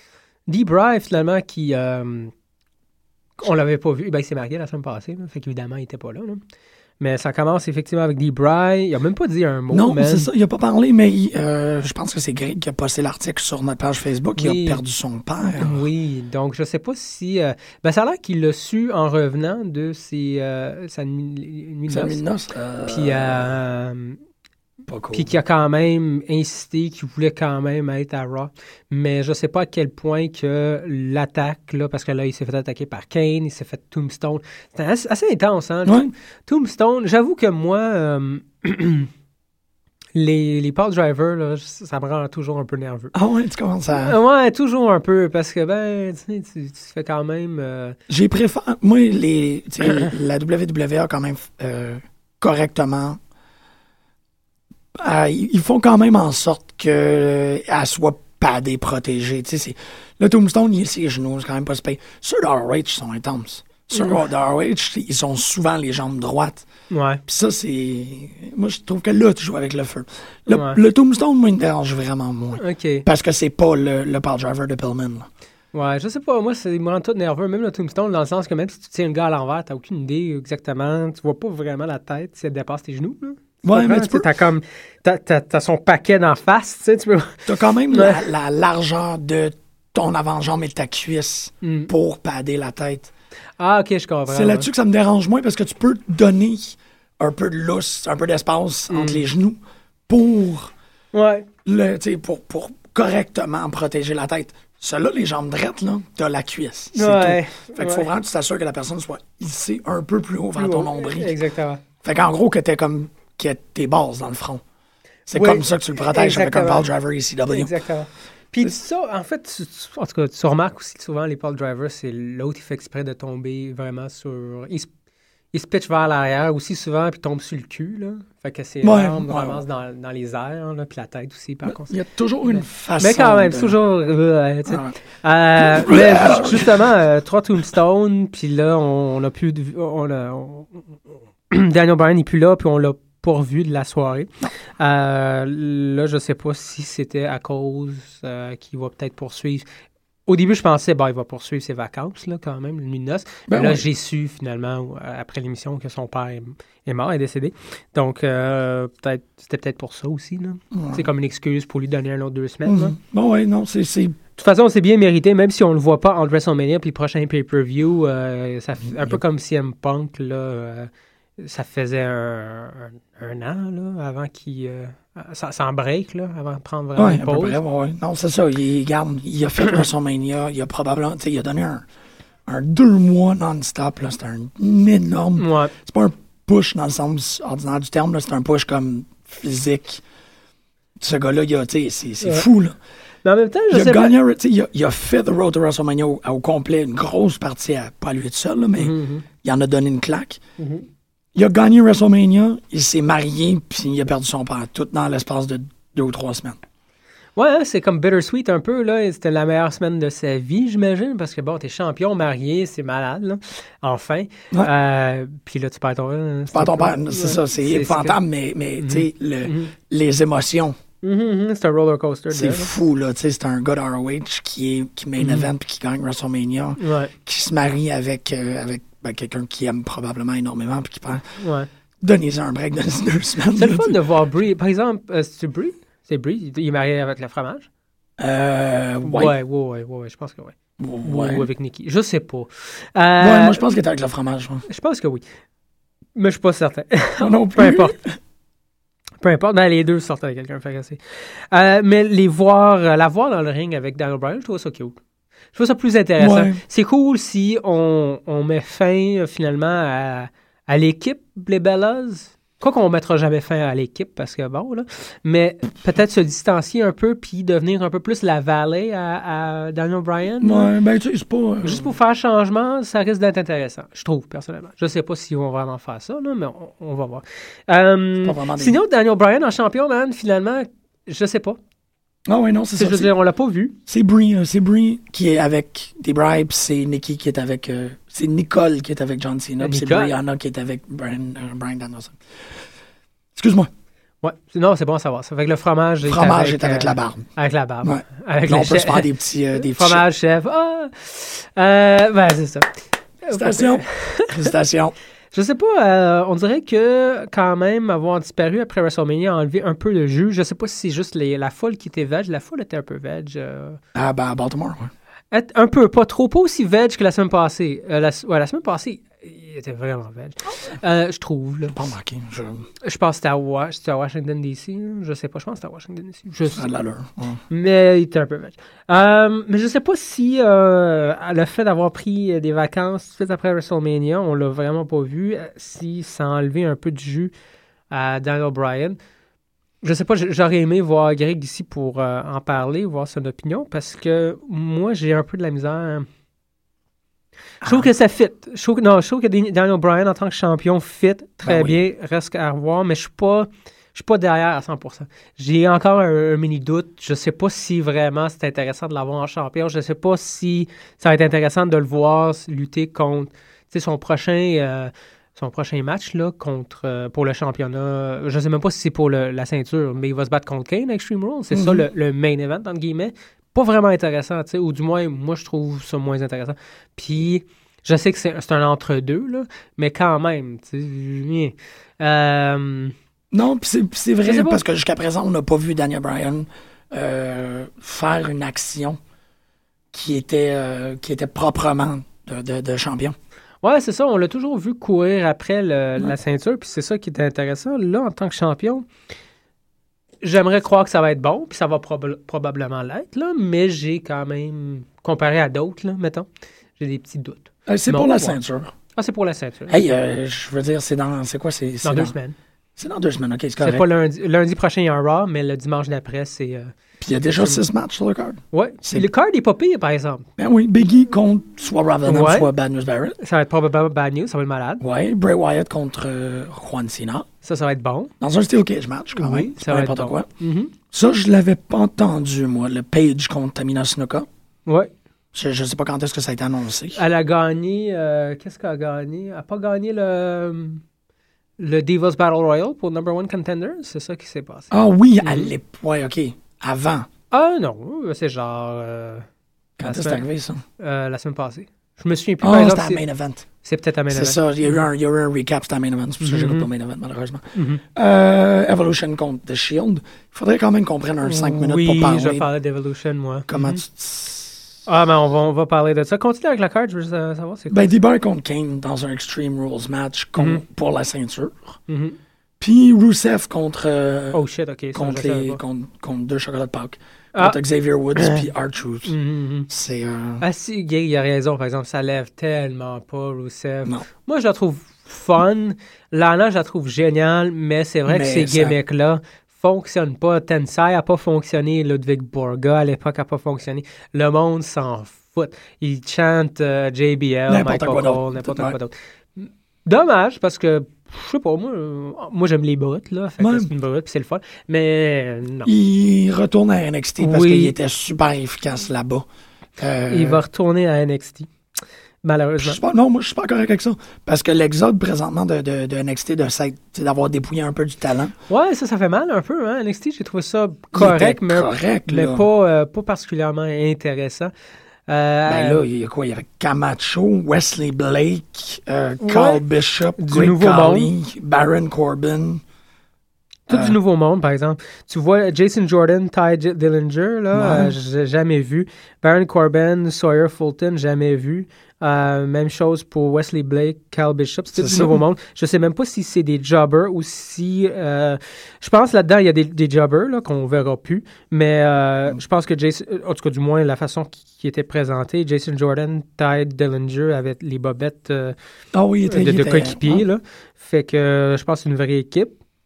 Dee Bry, finalement, qui... Euh, on l'avait pas vu. Ben, il s'est marié la semaine passée. Là, fait qu'évidemment, il était pas là, là. Mais ça commence effectivement avec Dee Bry. Il a même pas dit un mot, non, man. c'est ça, il a pas parlé, mais il, euh, je pense que c'est Greg qui a posté l'article sur notre page Facebook. Oui. Il a perdu son père. Oui, donc je sais pas si... euh, ben, ça a l'air qu'il l'a su en revenant de ses, euh, sa nuit, nuit de Ça a noces. mis de noces. Euh, Puis, euh, pas cool. puis qui a quand même insisté qu'il voulait quand même être à Raw. Mais je sais pas à quel point que l'attaque, là, parce que là, il s'est fait attaquer par Kane, il s'est fait Tombstone. C'était assez, assez intense, hein? Ouais. Tombstone, j'avoue que moi, euh, les, les power drivers, là, ça me rend toujours un peu nerveux. Ah ouais, tu commences à. Euh, Ouais, toujours un peu, parce que, ben, tu sais, tu, tu fais quand même... euh, J'ai préféré. Moi, les, tu sais, la W W E a quand même euh, correctement. euh, ils ils font quand même en sorte qu'elle soit padée, protégée. Tu sais, c'est- le Tombstone, il est ses genoux, c'est quand même pas se payer. Ceux de R O H sont intenses. Ceux de R O H, ils sont souvent les jambes droites. Ouais. Puis ça, c'est. Moi, je trouve que là, tu joues avec le feu. Le, Ouais. le Tombstone, moi, il me dérange vraiment moins. OK. Parce que c'est pas le, le power driver de Pillman. là. Ouais, je sais pas, moi, c'est, il me rend tout nerveux, même le Tombstone, dans le sens que même si tu tiens le gars à l'envers, t'as aucune idée exactement, tu vois pas vraiment la tête si elle dépasse tes genoux, là. Tu Ouais, comprends? mais tu Tu sais, peux- T'as comme, t'as, t'as, t'as son paquet d'en face, tu sais, tu peux... T'as quand même Ouais. la, la largeur de ton avant-jambe et de ta cuisse Mm. pour padder la tête. Ah, OK, je comprends. C'est là-dessus que ça me dérange moins parce que tu peux donner un peu de lousse, un peu d'espace Mm. entre les genoux pour, Ouais. le, tu sais, pour, pour correctement protéger la tête. Cela, les jambes drettes, là, t'as la cuisse. C'est Ouais. tout. Fait qu'il faut Ouais. vraiment que tu t'assures que la personne soit hissée un peu plus haut vers ton nombril. Exactement. Fait qu'en gros, que t'aies comme qui a tes bases dans le front. C'est oui, comme ça que tu le protèges exactement. avec un ball driver E C W. Exactement. Puis ça, en fait, tu, tu, en tout cas, tu remarques aussi que souvent, les pole drivers, c'est l'autre qui fait exprès de tomber vraiment sur... Il se, il se pitch vers l'arrière aussi souvent, puis tombe sur le cul, là. Fait que ses ouais, armes ouais, ramassent ouais. dans, dans les airs, là, puis la tête aussi, par contre. Il y a toujours une mais, façon Mais quand même, de... c'est toujours... Euh, tu sais. Ah. euh, mais justement, euh, trois Tombstone, puis là, on n'a plus... De, on a, on, Daniel Bryan n'est plus là, puis on l'a pourvu de la soirée. Euh, là, je sais pas si c'était à cause euh, qu'il va peut-être poursuivre. Au début, je pensais, bah, il va poursuivre ses vacances, là, quand même, le nuit de noces. Ben Mais là, ouais. j'ai su, finalement, après l'émission, que son père est, est mort, est décédé. Donc, euh, peut-être, c'était peut-être pour ça aussi, là. Ouais. C'est comme une excuse pour lui donner un autre deux semaines, là. Mm-hmm. Bon, ouais, non, c'est... c'est... De toute façon, c'est bien mérité, même si on le voit pas entre WrestleMania puis le prochain pay-per-view. Euh, ça fait un peu comme C M Punk, là. Euh, ça faisait un, un, un an, là, avant qu'il... Euh, sans break, là, avant de prendre vraiment Ouais, une pause. près, ouais. Non, c'est ça. Il, garde, il a fait WrestleMania. Il a probablement... Tu sais, il a donné un, un deux mois non-stop, là. C'était un énorme... Ouais. C'est pas un push dans le sens ordinaire du terme, là. C'est un push comme physique. Ce gars-là, il a... Tu sais, c'est, c'est ouais. fou, là. Mais en même temps, je il, sais a gagné, pas... il, a, il a fait The Road to WrestleMania au, au complet, une grosse partie, à, pas à lui tout seul, là, mais mm-hmm. il en a donné une claque. Mm-hmm. Il a gagné WrestleMania, il s'est marié, puis il a perdu son père, tout dans l'espace de deux ou trois semaines. Ouais, hein, c'est comme bittersweet un peu, là. C'était la meilleure semaine de sa vie, j'imagine, parce que bon, t'es champion, marié, c'est malade, là. Enfin. Ouais. Euh, puis là, tu perds ton père. Tu perds ton père, c'est ça, c'est, c'est épouvantable, que... mais, mais mm-hmm. tu sais, le, mm-hmm. les émotions. Mm-hmm, c'est un roller coaster. C'est là, fou, là. Tu sais, c'est un gars de R O H qui, est, qui main mm-hmm. event puis qui gagne WrestleMania, ouais. qui se marie avec, euh, avec ben, quelqu'un qui aime probablement énormément puis qui prend. Ouais. Donnez-y un break de deux semaines. C'est le fun de voir Brie. Par exemple, euh, c'est Brie? C'est Brie? Il est marié avec le fromage? Euh, ouais. Ouais, ouais, ouais, ouais, je pense que oui. Ouais. Ou avec Nikki. Je sais pas. Euh, ouais, moi, je pense qu'il était avec le fromage. Ouais. Je pense que oui. Mais je suis pas certain. Non plus. Peu importe. Peu importe, ben, les deux sortent avec quelqu'un. Fait que euh, mais les voir, euh, la voir dans le ring avec Daniel Bryan, je trouve ça cute. Je trouve ça plus intéressant. Ouais. C'est cool si on, on met fin euh, finalement à, à l'équipe, les Bellas. Quoi qu'on ne mettra jamais fin à l'équipe parce que bon, là. Mais peut-être se distancier un peu puis devenir un peu plus la valet à, à Daniel Bryan. Ouais, ben tu sais, c'est pas. Euh... Juste pour faire changement, ça risque d'être intéressant, je trouve, personnellement. Je sais pas s'ils vont vraiment faire ça, là, mais on, on va voir. Euh, des... Sinon, Daniel Bryan en champion, man, finalement, je sais pas. Ah oui, non, c'est, c'est ça. Je veux c'est... dire, on l'a pas vu. C'est Brie, euh, c'est Brie qui est avec des bribes, c'est Nikki qui est avec... Euh, c'est Nicole qui est avec John Cena, puis c'est Brianna qui est avec Brian, euh, Brian Danielson. Excuse-moi. Ouais, non, c'est bon à savoir. Ça fait que le fromage, le fromage est avec, est avec euh, la barbe. Avec la barbe. Ouais. Avec là, on chef... peut se faire des petits... Euh, des fromage, petits... chef. Ah! Euh, ben, c'est ça. Félicitations. Félicitations. Je sais pas, euh, on dirait que quand même avoir disparu après WrestleMania a enlevé un peu le jus. Je sais pas si c'est juste les, la foule qui était veg. La foule était un peu veg. Euh... Ah, ben à Baltimore, ouais. Un peu, pas trop, pas aussi veg que la semaine passée. Euh, la, ouais, la semaine passée, il était vraiment veg. Euh, je trouve. Là. Pas remarqué. Je... je pense que c'était à, Wa- c'était à Washington, D C. Là. Je sais pas, je pense que c'était à Washington, D C. Je sais. À l'allure. Ouais. Mais il était un peu veg. Euh, mais je sais pas si euh, le fait d'avoir pris des vacances tout de suite après WrestleMania, on l'a vraiment pas vu, si ça a enlevé un peu de jus à Daniel Bryan. Je sais pas, j'aurais aimé voir Greg ici pour euh, en parler, voir son opinion, parce que moi, j'ai un peu de la misère. Je trouve ah. que ça fit. Je trouve que, non, je trouve que Daniel Bryan, en tant que champion, fit très ben bien, oui. Reste à revoir, mais je suis pas, je suis pas derrière à cent pour cent. J'ai encore un, un mini doute. Je sais pas si vraiment c'est intéressant de l'avoir en champion. Je sais pas si ça va être intéressant de le voir lutter contre son prochain... Euh, son prochain match là, contre, euh, pour le championnat. Je ne sais même pas si c'est pour le, la ceinture, mais il va se battre contre Kane à Extreme Rules. C'est mm-hmm. ça le, le main event, entre guillemets. Pas vraiment intéressant, ou du moins, moi, je trouve ça moins intéressant. Puis, je sais que c'est, c'est un entre-deux, là, mais quand même, tu sais, euh... Non, puis c'est, c'est vrai, parce que jusqu'à présent, on n'a pas vu Daniel Bryan euh, faire une action qui était, euh, qui était proprement de, de, de champion. Ouais, c'est ça. On l'a toujours vu courir après le, ouais. la ceinture, puis c'est ça qui était intéressant. Là, en tant que champion, j'aimerais croire que ça va être bon, puis ça va prob- probablement l'être, là, mais j'ai quand même, comparé à d'autres, là, mettons, j'ai des petits doutes. Euh, c'est mais pour la ouais. ceinture. Ah, c'est pour la ceinture. Hey, euh, je veux dire, c'est dans, c'est quoi? C'est, c'est dans, dans deux dans, semaines. C'est dans deux semaines, OK, c'est correct. C'est pas lundi. Lundi prochain, il y a un Raw, mais le dimanche d'après, c'est... Euh, Puis il y a déjà six matchs sur le card. Oui. Le card est pas pire, par exemple. Ben oui, Biggie contre soit Ravenham, ouais. soit Bad News Barrett. Ça va être probablement Bad News, ça va être malade. Oui, Bray Wyatt contre euh, Juan Cena. Ça, ça va être bon. Dans un Steel Cage match, quand oui, même. Ça va être bon. Quoi. Mm-hmm. Ça, je l'avais pas entendu, moi, le Page contre Tamina Snuka. Oui. Je, je sais pas quand est-ce que ça a été annoncé. Elle a gagné... Euh, qu'est-ce qu'elle a gagné? Elle a pas gagné le... Le Divas Battle Royale pour Number One Contender? C'est ça qui s'est passé. Ah oui, à l'époque. Ouais, OK. Avant. Ah non, c'est genre... Euh, quand est-ce que c'est arrivé, ça? Euh, la semaine passée. Je me souviens plus. Oh, par exemple, c'était à Main Event. C'est peut-être à Main Event. C'est ça, il y a eu un, il y a eu un recap, c'était à Main Event. C'est pour ça que mm-hmm. j'écoute pas Main Event, malheureusement. Mm-hmm. Euh, Evolution contre The Shield. Il faudrait quand même qu'on prenne un cinq minutes oui, pour parler. Oui, je vais parler d'Evolution, moi. Comment mm-hmm. tu... Ah, mais on va, on va parler de ça. Continue avec la carte, je veux juste savoir c'est quoi. Ben, D-Bar contre Kane dans un Extreme Rules match contre, mm-hmm. pour la ceinture. Mm-hmm. Puis Rusev contre... Euh, oh shit, OK. Ça, contre, les, contre, contre deux chocolats de Pâques. Ah. Contre Xavier Woods puis R-Truth. Mm-hmm. C'est... Euh... Ah si, Gay, il a raison. Par exemple, ça lève tellement pas, Rusev. Non. Moi, je la trouve fun. Lana, je la trouve géniale, mais c'est vrai mais que ces ça... gimmicks-là fonctionnent pas. Tensai a pas fonctionné. Ludwig Borga, à l'époque, a pas fonctionné. Le monde s'en fout. Ils chantent euh, J B L, n'importe Michael Cole, n'importe quoi d'autre. Dommage, parce que je sais pas, moi, euh, moi j'aime les brutes, là. Fait que c'est une brute, puis c'est le fun. Mais euh, non. Il retourne à N X T parce oui. qu'il était super efficace là-bas. Euh... Il va retourner à N X T. Malheureusement. Je suis pas, non, moi je suis pas correct avec ça. Parce que l'exode présentement de, de, de N X T, de, c'est d'avoir dépouillé un peu du talent. Ouais, ça, ça fait mal un peu, hein. N X T, j'ai trouvé ça correct, mais, correct, mais pas, euh, pas particulièrement intéressant. Euh, ben là, il y a quoi? Il y avait Camacho, Wesley Blake, euh, Carl ouais, Bishop, Great Khali, Baron Corbin. Tout euh, du nouveau monde, par exemple. Tu vois Jason Jordan, Ty Dillinger, là, ouais. euh, j'ai jamais vu. Baron Corbin, Sawyer Fulton, jamais vu. Euh, même chose pour Wesley Blake, Carl Bishop. C'est tout du nouveau monde. Je sais même pas si c'est des jobbers ou si... Euh, je pense là-dedans, il y a des, des jobbers là, qu'on verra plus. Mais euh, mm. je pense que Jason... En tout cas, du moins, la façon qui, qui était présentée, Jason Jordan, Ty Dillinger avec les bobettes euh, oh oui, était, de, de était, coéquipiers. Là. Fait que euh, je pense que c'est une vraie équipe.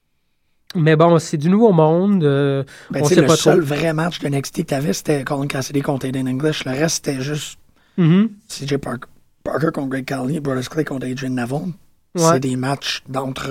Mais bon, c'est du nouveau monde. Euh, ben, on sait le pas seul trop. vrai match de N X T que tu avais, c'était Colin Cassidy contre Aiden English. Le reste, c'était juste mm-hmm. C J Parker, Parker contre Great Khali, Brodus Clay contre Adrian Neville. Ouais. C'est des matchs d'entre...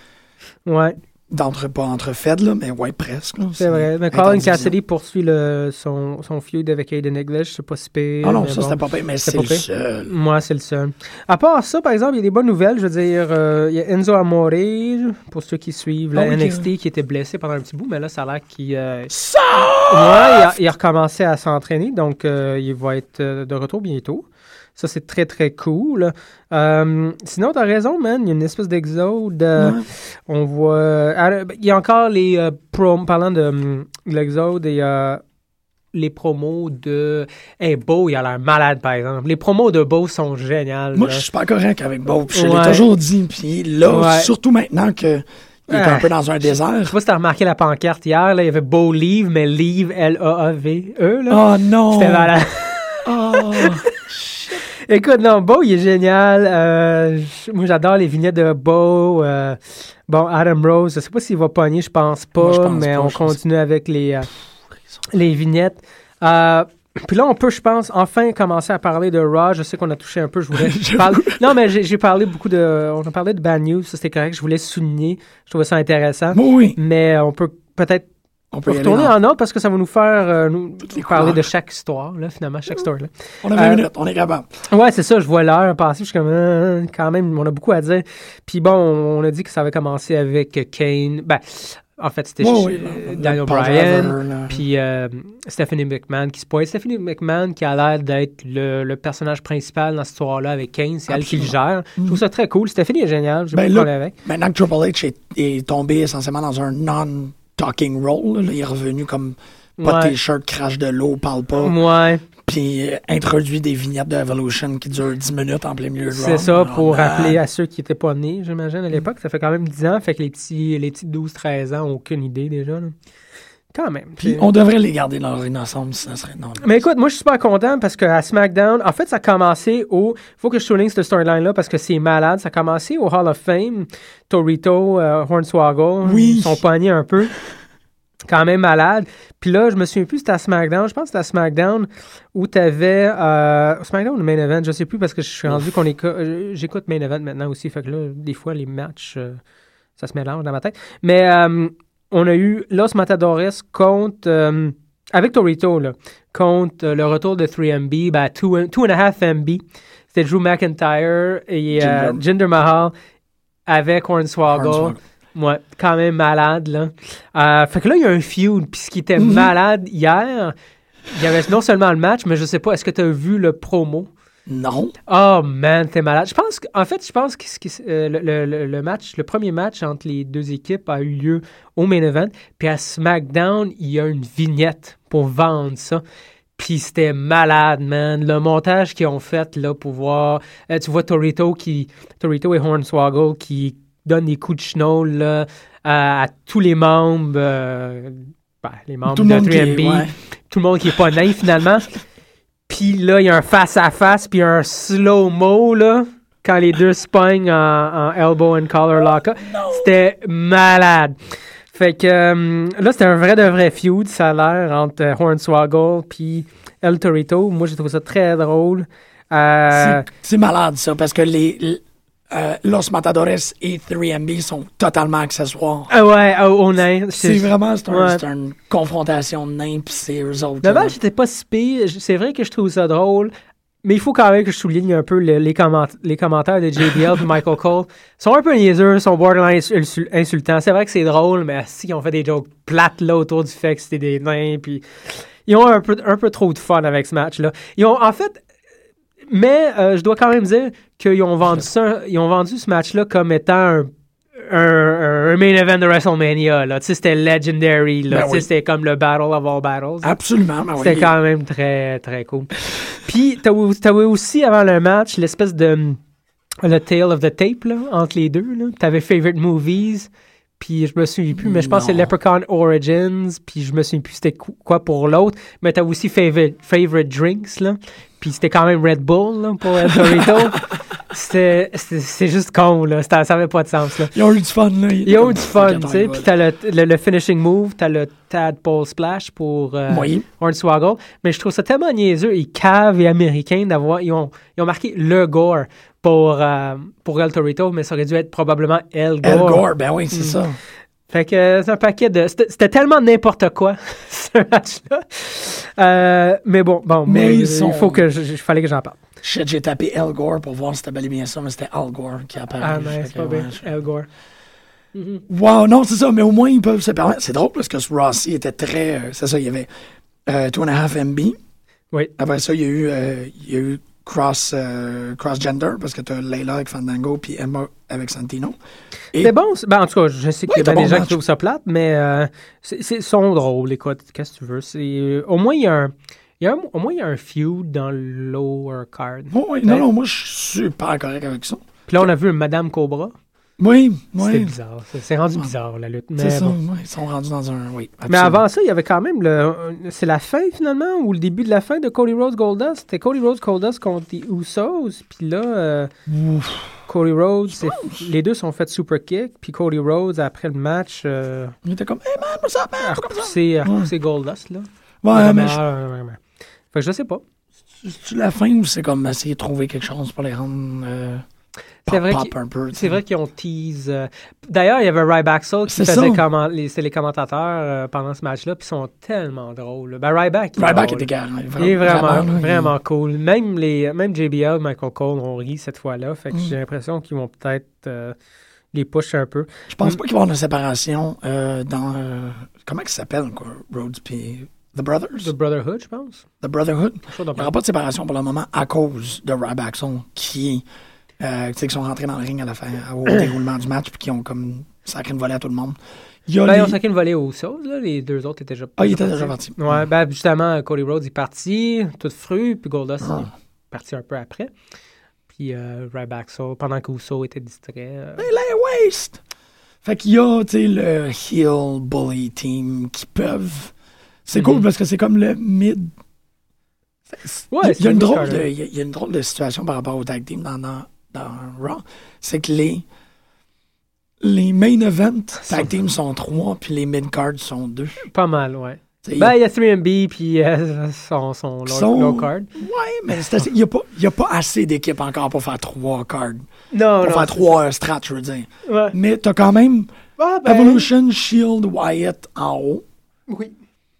Ouais. D'entre, pas entre fed, là, mais ouais, presque. Là. C'est, c'est vrai. Mais Colin Cassidy poursuit le, son, son feud avec Aiden English. C'est pas si pire. Ah non, ça, bon, c'était pas pire, mais c'est, c'est le pire. seul. Moi, c'est le seul. À part ça, par exemple, il y a des bonnes nouvelles. Je veux dire, euh, il y a Enzo Amore, pour ceux qui suivent la oh, N X T, okay. qui était blessé pendant un petit bout, mais là, ça a l'air qu'il... Euh, ça! Ouais, il a, il a recommencé à s'entraîner, donc euh, il va être de retour bientôt. Ça, c'est très, très cool. Euh, sinon, t'as raison, man. Il y a une espèce d'exode. Euh, ouais. On voit... Euh, il y a encore les euh, promos... Parlant de, de l'exode, il y a les promos de... Hey, Beau, il a l'air malade, par exemple. Les promos de Beau sont géniales. Moi, là. je suis pas correct avec Beau. Je ouais. l'ai toujours dit. Puis là, ouais. surtout maintenant que... Il est ah, un peu dans un désert. Je sais pas si t'as remarqué la pancarte hier. Là, il y avait Beau Leave, mais Leave, L A A V E. Là. Oh non! C'était malade. Oh... Écoute, non, Beau, il est génial. Euh, moi, j'adore les vignettes de Beau. Euh, bon, Adam Rose, je sais pas s'il va pogner, je pense pas, moi, je pense mais pas, on continue pense... avec les, euh, les vignettes. Euh, puis là, on peut, je pense, enfin commencer à parler de Raw. Je sais qu'on a touché un peu, je voulais parler... Non, mais j'ai, j'ai parlé beaucoup de... On a parlé de Bad News, ça c'était correct, je voulais souligner. Je trouvais ça intéressant. Oui. Mais on peut peut-être On peut retourner en ordre parce que ça va nous faire euh, nous parler couleurs. de chaque histoire, là, finalement, chaque story. Là. On a vingt euh, minutes, on est capable. Ouais, c'est ça, je vois l'heure passer, je suis comme, euh, quand même, on a beaucoup à dire. Puis bon, on a dit que ça avait commencé avec Kane. Ben, en fait, c'était oh, ch- oui, Daniel Bryan, puis euh, Stephanie McMahon qui se pointe. Stephanie McMahon qui a l'air d'être le, le personnage principal dans cette histoire-là avec Kane, c'est Absolument. elle qui le gère. Je trouve ça très cool. Stephanie est géniale, j'ai ben beaucoup parlé avec. Maintenant que Triple H est, est tombé essentiellement dans un non- talking role, là, il est revenu comme pas ouais. de t-shirt, crache de l'eau, parle pas. Ouais. Puis euh, introduit des vignettes de Evolution qui durent dix minutes en plein milieu de C'est ça, Alors, pour là... rappeler à ceux qui n'étaient pas nés, j'imagine, à l'époque. Ça fait quand même dix ans, fait que les petits, les petits douze treize ans n'ont aucune idée déjà. Là. Quand même. Puis c'est... on devrait les garder dans leur innocence, ça serait non. Mais écoute, moi, je suis super content parce qu'à SmackDown, en fait, ça a commencé au... Il faut que je souligne cette storyline-là parce que c'est malade. Ça a commencé au Hall of Fame. Torito, euh, Hornswoggle, oui. ils sont poignés un peu. Quand même malade. Puis là, je me souviens plus, c'était à SmackDown. Je pense que c'était à SmackDown où t'avais... Euh, SmackDown ou Main Event, je sais plus parce que je suis rendu qu'on écoute... J'écoute Main Event maintenant aussi. Fait que là, des fois, les matchs, euh, ça se mélange dans ma tête. Mais... Euh, on a eu Los Matadores contre, euh, avec Torito, là, contre euh, le retour de trois M B, ben, two and a half M B. C'était Drew McIntyre et euh, Jinder. Jinder Mahal avec Hornswoggle. Ouais, quand même malade, là. Euh, fait que là, il y a un feud. Puis ce qui était mm-hmm. malade hier, il y avait non seulement le match, mais je sais pas, est-ce que tu as vu le promo? Non. Oh man, t'es malade. Je pense qu'en fait, je pense que euh, le, le, le match, le premier match entre les deux équipes a eu lieu au main event. Puis à SmackDown, il y a une vignette pour vendre ça. Puis c'était malade, man. Le montage qu'ils ont fait là pour voir. Euh, tu vois Torito qui, Torito et Hornswoggle qui donnent des coups de chenol là, à, à tous les membres, euh, ben, les membres tout de trois M B, ouais. Tout le monde qui est pas nain finalement. Puis là, il y a un face-à-face, puis un slow-mo, là, quand les deux se pognent en, en elbow and collar lock. No. C'était malade. Fait que euh, là, c'était un vrai de vrai feud, ça a l'air, entre euh, Hornswoggle puis El Torito. Moi, j'ai trouvé ça très drôle. Euh, c'est, c'est malade, ça, parce que les... les Euh, Los Matadores et trois M B sont totalement accessoires. Ah ouais, au, au nain. C'est, c'est vraiment c'est un, ouais. c'est une confrontation de nains, puis c'est eux autres. Le match n'était pas si pire. C'est vrai que je trouve ça drôle, mais il faut quand même que je souligne un peu le, les, comment, les commentaires de J B L et Michael Cole. Ils sont un peu niaiseux, sont borderline insultants. C'est vrai que c'est drôle, mais si ils ont fait des jokes plates là autour du fait que c'était des nains, puis ils ont un peu, un peu trop de fun avec ce match-là. Ils ont, en fait... Mais euh, je dois quand même dire qu'ils ont vendu ça, ils ont vendu ce match-là comme étant un, un, un main event de WrestleMania. Là. Tu sais, c'était legendary. Là. Ben tu sais, oui. C'était comme le Battle of All Battles. Absolument. Ben c'était oui. quand même très, très cool. Puis, t'avais, t'avais aussi, avant le match, l'espèce de... Le Tale of the Tape, là, entre les deux. Là. T'avais Favorite Movies, puis je me souviens plus, mais je pense non. que c'est Leprechaun Origins, puis je me souviens plus c'était quoi pour l'autre. Mais t'avais aussi Favorite, favorite Drinks, là. Puis c'était quand même Red Bull là, pour El Torito. c'était, c'était, c'est juste con, là. C'était, ça n'avait pas de sens. Là. Ils ont eu du fun. Là. Ils, Ils ont eu du fun, tu sais. Puis t'as le, le, le finishing move, t'as le Tadpole Splash pour euh, oui. Hornswoggle. Mais je trouve ça tellement niaiseux et cave et américain d'avoir... Ils ont, ils ont marqué le Gore pour, euh, pour El Torito, mais ça aurait dû être probablement El Gore. El Gore, ben oui, c'est mm. ça. Fait que euh, c'est un paquet de... C'était, c'était tellement n'importe quoi, ce match-là. Euh, mais bon, bon mais, mais il sont... faut que... Il fallait que j'en parle. Shit, j'ai tapé El Gore pour voir si c'était bel et bien ça, mais c'était Al Gore qui apparaît. Ah non, c'est pas bien. El Gore. Mm-hmm. Wow, non, c'est ça, mais au moins, ils peuvent se permettre. C'est drôle parce que ce Rossi était très... Euh, c'est ça, il y avait euh, two and a half M B. Oui. Après ça, il y a eu... Euh, il y a eu Cross, euh, cross-gender, parce que tu as Layla avec Fandango puis Emma avec Santino. Et... C'est bon. Ben, en tout cas, je sais qu'il oui, y a bon des gens match. Qui trouvent ça plate, mais euh, c'est, c'est sont drôles. Écoute, qu'est-ce que tu veux? C'est, euh, au moins, il y a un... Il y a un, au moins, il y a un feud dans le lower card. Oh, oui, non, non, moi, je suis super correct avec ça. Puis là, on a vu Madame Cobra. Oui, oui. C'était bizarre. C'est, c'est rendu bizarre, la lutte. Mais c'est ça, bon. oui, ils sont rendus dans un... Oui, absolument. Mais avant ça, il y avait quand même le... C'est la fin, finalement, ou le début de la fin de Cody Rhodes Goldust. C'était Cody Rhodes Goldust contre les Usos. Puis là, euh, Cody Rhodes, c'est, les deux sont fait super kick. Puis Cody Rhodes, après le match... Euh, il était comme, hey man, what's up, man? A repoussé, ouais. Goldust, là. Ouais, mais... mais je... ouais, ouais, ouais. Fait que je sais pas. C'est la fin ou c'est comme essayer de trouver quelque chose pour les rendre... Euh... C'est vrai, un peu, c'est vrai qu'ils ont tease. Euh... D'ailleurs, il y avait Ryback Soul qui c'est faisait comment... les... les commentateurs euh, pendant ce match-là, puis ils sont tellement drôles. Ben, Ryback, il, Ryback est égal. Il est vraiment, vraiment, vraiment il... cool. Même, les... Même J B L, Michael Cole ont ri cette fois-là. Fait que mm. j'ai l'impression qu'ils vont peut-être euh, les push un peu. Je pense mm. pas qu'il va y avoir une séparation euh, dans... Euh... Comment il s'appelle, quoi? Rhodes puis... The Brothers? The Brotherhood, je pense. The Brotherhood. Il n'y aura pas de séparation pour le moment à cause de Ryback Soul qui... Euh, tu sais, qui sont rentrés dans le ring à la fin, au déroulement du match, puis qui ont comme sacré une volée à tout le monde. Il y a ben, les... Ils ont sacré une volée aux Sauces, là. Les deux autres étaient déjà partis. Ah, ils étaient déjà partis. Ouais, ben justement, Cody Rhodes est parti, tout fru, puis Goldust ah. est parti un peu après. Puis euh, Ryback Soul, pendant que Uso était distrait. Euh... Mais les waste! Fait qu'il y a, tu sais, le heel bully team qui peuvent... C'est mm-hmm. cool parce que c'est comme le mid... Ouais, il y a une drôle de, il y a une drôle de situation par rapport au tag team dans, dans, dans Raw. C'est que les... Les main events tag team sont trois, puis les mid-cards sont deux. Pas mal, ouais. T'sais, ben, il y a trois M B, puis euh, son, son low, sont... low card. Ouais, mais il n'y a, a pas assez d'équipes encore pour faire trois cards. Non, Pour non, faire trois euh, strats, je veux dire. Ouais. Mais t'as quand même ah, ben... Evolution, Shield, Wyatt en haut. Oui.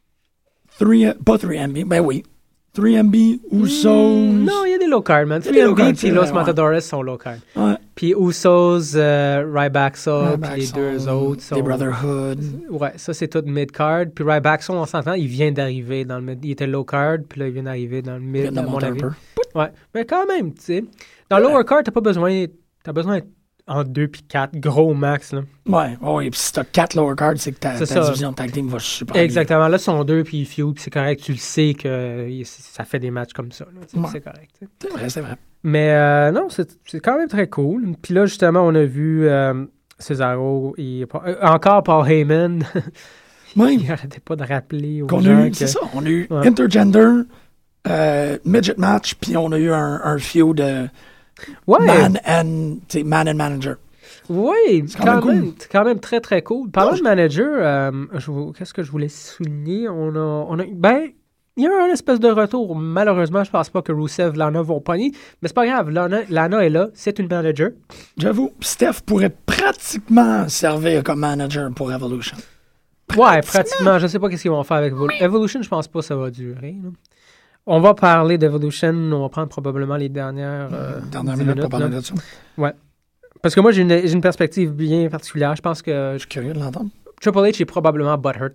Three, pas trois M B, ben oui. trois M B, Usos. Mm, non, il y a des low cards, man. trois M B puis Los ouais. Matadores sont low cards. Ouais. Puis Usos, euh, Rybackson, puis les deux autres sont... Des Brotherhood. Ouais, ça c'est tout mid-card. Puis Rybackson, on s'entend, il vient d'arriver dans le mid. Il était low card, puis là il vient d'arriver dans le mid, à mon avis. Ouais, mais quand même, tu sais. Dans ouais. lower card, t'as pas besoin... T'as besoin en deux puis quatre, gros max, là. Ouais, ouais, puis si t'as quatre lower cards, c'est que ta, c'est ta ça. division de tag team va super bien. Exactement. Là, ils sont deux, puis ils feud, puis c'est correct. Tu le sais que ça fait des matchs comme ça. Là, ouais. C'est correct. T'sais. C'est vrai, c'est vrai. Mais euh, non, c'est, c'est quand même très cool. Puis là, justement, on a vu euh, Cesaro et euh, encore Paul Heyman. Oui. Il n'arrêtait pas de rappeler aux Qu'on gens a eu, que... c'est ça, on a eu ouais. intergender, euh, midget match, puis on a eu un, un feud de ouais. man, and, man and manager. Oui, c'est quand, quand, même, cool. quand même très, très cool. Parlant de manager, euh, je, qu'est-ce que je voulais souligner? On a, on a, ben, il y a un espèce de retour. Malheureusement, je pense pas que Rusev et Lana vont pogner, mais c'est pas grave. Lana, Lana est là, c'est une manager. J'avoue, Steph pourrait pratiquement servir comme manager pour Evolution. Pratiquement. Ouais, pratiquement. Je sais pas qu'est-ce qu'ils vont faire avec Evolution. Evolution, je pense pas que ça va durer. Là. On va parler d'Evolution. On va prendre probablement les dernières, euh, dernières minutes, minutes pour parler de ça. Ouais. Parce que moi, j'ai une, j'ai une perspective bien particulière. Je pense que... Je suis curieux de l'entendre. Triple H est probablement butthurt.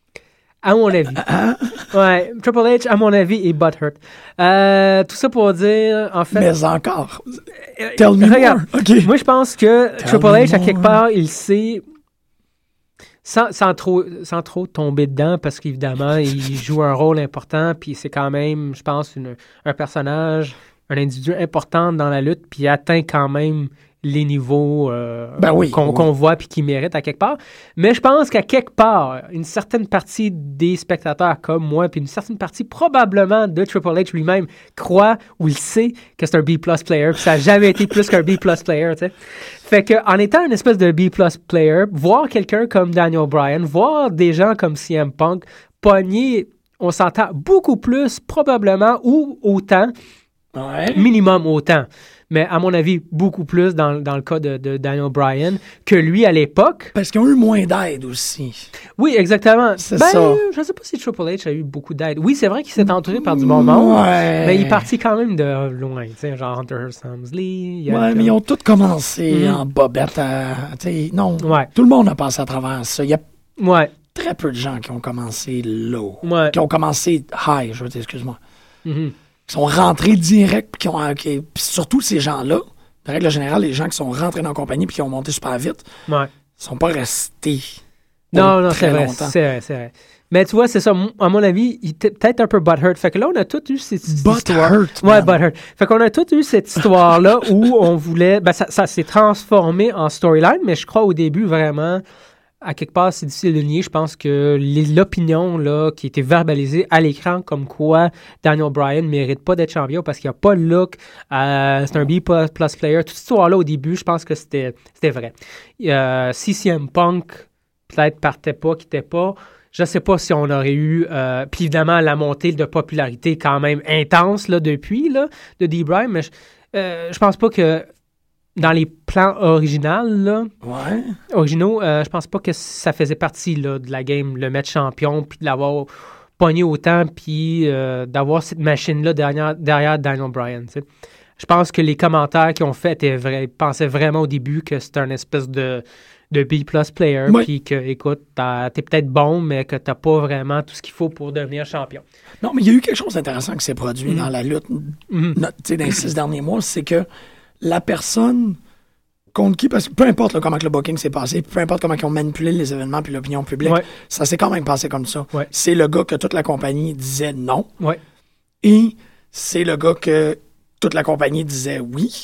À mon avis. Ouais, Triple H, à mon avis, est butthurt. Euh, tout ça pour dire, en fait... Mais encore. Tell me regarde, more. Okay. Moi, je pense que Tell Triple H, à quelque part, il sait... Sans, sans, trop, sans trop tomber dedans, parce qu'évidemment, il joue un rôle important, puis c'est quand même, je pense, une, un personnage, un individu important dans la lutte, puis il atteint quand même... les niveaux euh, ben oui, qu'on, oui. qu'on voit puis qui méritent à quelque part. Mais je pense qu'à quelque part, une certaine partie des spectateurs comme moi, puis une certaine partie probablement de Triple H lui-même croit ou il sait que c'est un B-plus player, puis ça n'a jamais été plus qu'un B-plus player, tu sais. Fait qu'en étant une espèce de B-plus player, voir quelqu'un comme Daniel Bryan, voir des gens comme C M Punk pogner, on s'entend beaucoup plus probablement ou autant, ouais. minimum autant. Mais à mon avis, beaucoup plus dans, dans le cas de, de Daniel Bryan que lui à l'époque. Parce qu'ils ont eu moins d'aide aussi. Oui, exactement. C'est ben, ça. Je ne sais pas si Triple H a eu beaucoup d'aide. Oui, c'est vrai qu'il s'est entouré par du bon monde, ouais. mais il est parti quand même de loin. Genre Hunter Hearst Helmsley. Ouais, comme... mais ils ont tous commencé mm-hmm. en bobette. À, non, ouais. Tout le monde a passé à travers ça. Il y a ouais. très peu de gens qui ont commencé low. Ouais. Qui ont commencé high, je veux dire, excuse-moi. Mm-hmm. Qui sont rentrés direct, puis qui ont. Okay, puis surtout ces gens-là, de règle générale, les gens qui sont rentrés dans la compagnie puis qui ont monté super vite, ouais. sont pas restés. Non, non, très c'est vrai, longtemps. c'est vrai, c'est vrai. Mais tu vois, c'est ça, à mon avis, il était peut-être un peu butthurt. Fait que là, on a tous eu cette histoire. Butthurt. Ouais, butthurt. Fait qu'on a tous eu cette histoire-là où on voulait. Ben, ça, ça s'est transformé en storyline, mais je crois au début vraiment. À quelque part, c'est difficile de nier. Je pense que les, l'opinion là, qui était verbalisée à l'écran, comme quoi Daniel Bryan ne mérite pas d'être champion parce qu'il n'a pas le look, euh, c'est un B plus player. Toute cette histoire-là, au début, je pense que c'était, c'était vrai. Euh, si C M Punk, peut-être, partait pas, quittait pas, je ne sais pas si on aurait eu... Euh, puis évidemment, la montée de popularité quand même intense là, depuis, là, de D. Bryan, mais je, euh, je pense pas que... Dans les plans originaux, là, ouais. originaux, euh, je pense pas que ça faisait partie là, de la game, le mettre champion, puis de l'avoir pogné autant, puis euh, d'avoir cette machine-là derrière, derrière Daniel Bryan. T'sais. Je pense que les commentaires qu'ils ont fait étaient vrais. Ils pensaient vraiment au début que c'était un espèce de, de B-plus player, ouais. puis que, écoute, t'as, t'es peut-être bon, mais que t'as pas vraiment tout ce qu'il faut pour devenir champion. Non, mais il y a eu quelque chose d'intéressant qui s'est produit mm-hmm. dans la lutte mm-hmm. dans les six derniers mois, c'est que la personne contre qui, parce que peu importe là, comment que le booking s'est passé, peu importe comment ils ont manipulé les événements puis l'opinion publique, ouais. ça s'est quand même passé comme ça. Ouais. C'est le gars que toute la compagnie disait non. Ouais. Et c'est le gars que toute la compagnie disait oui.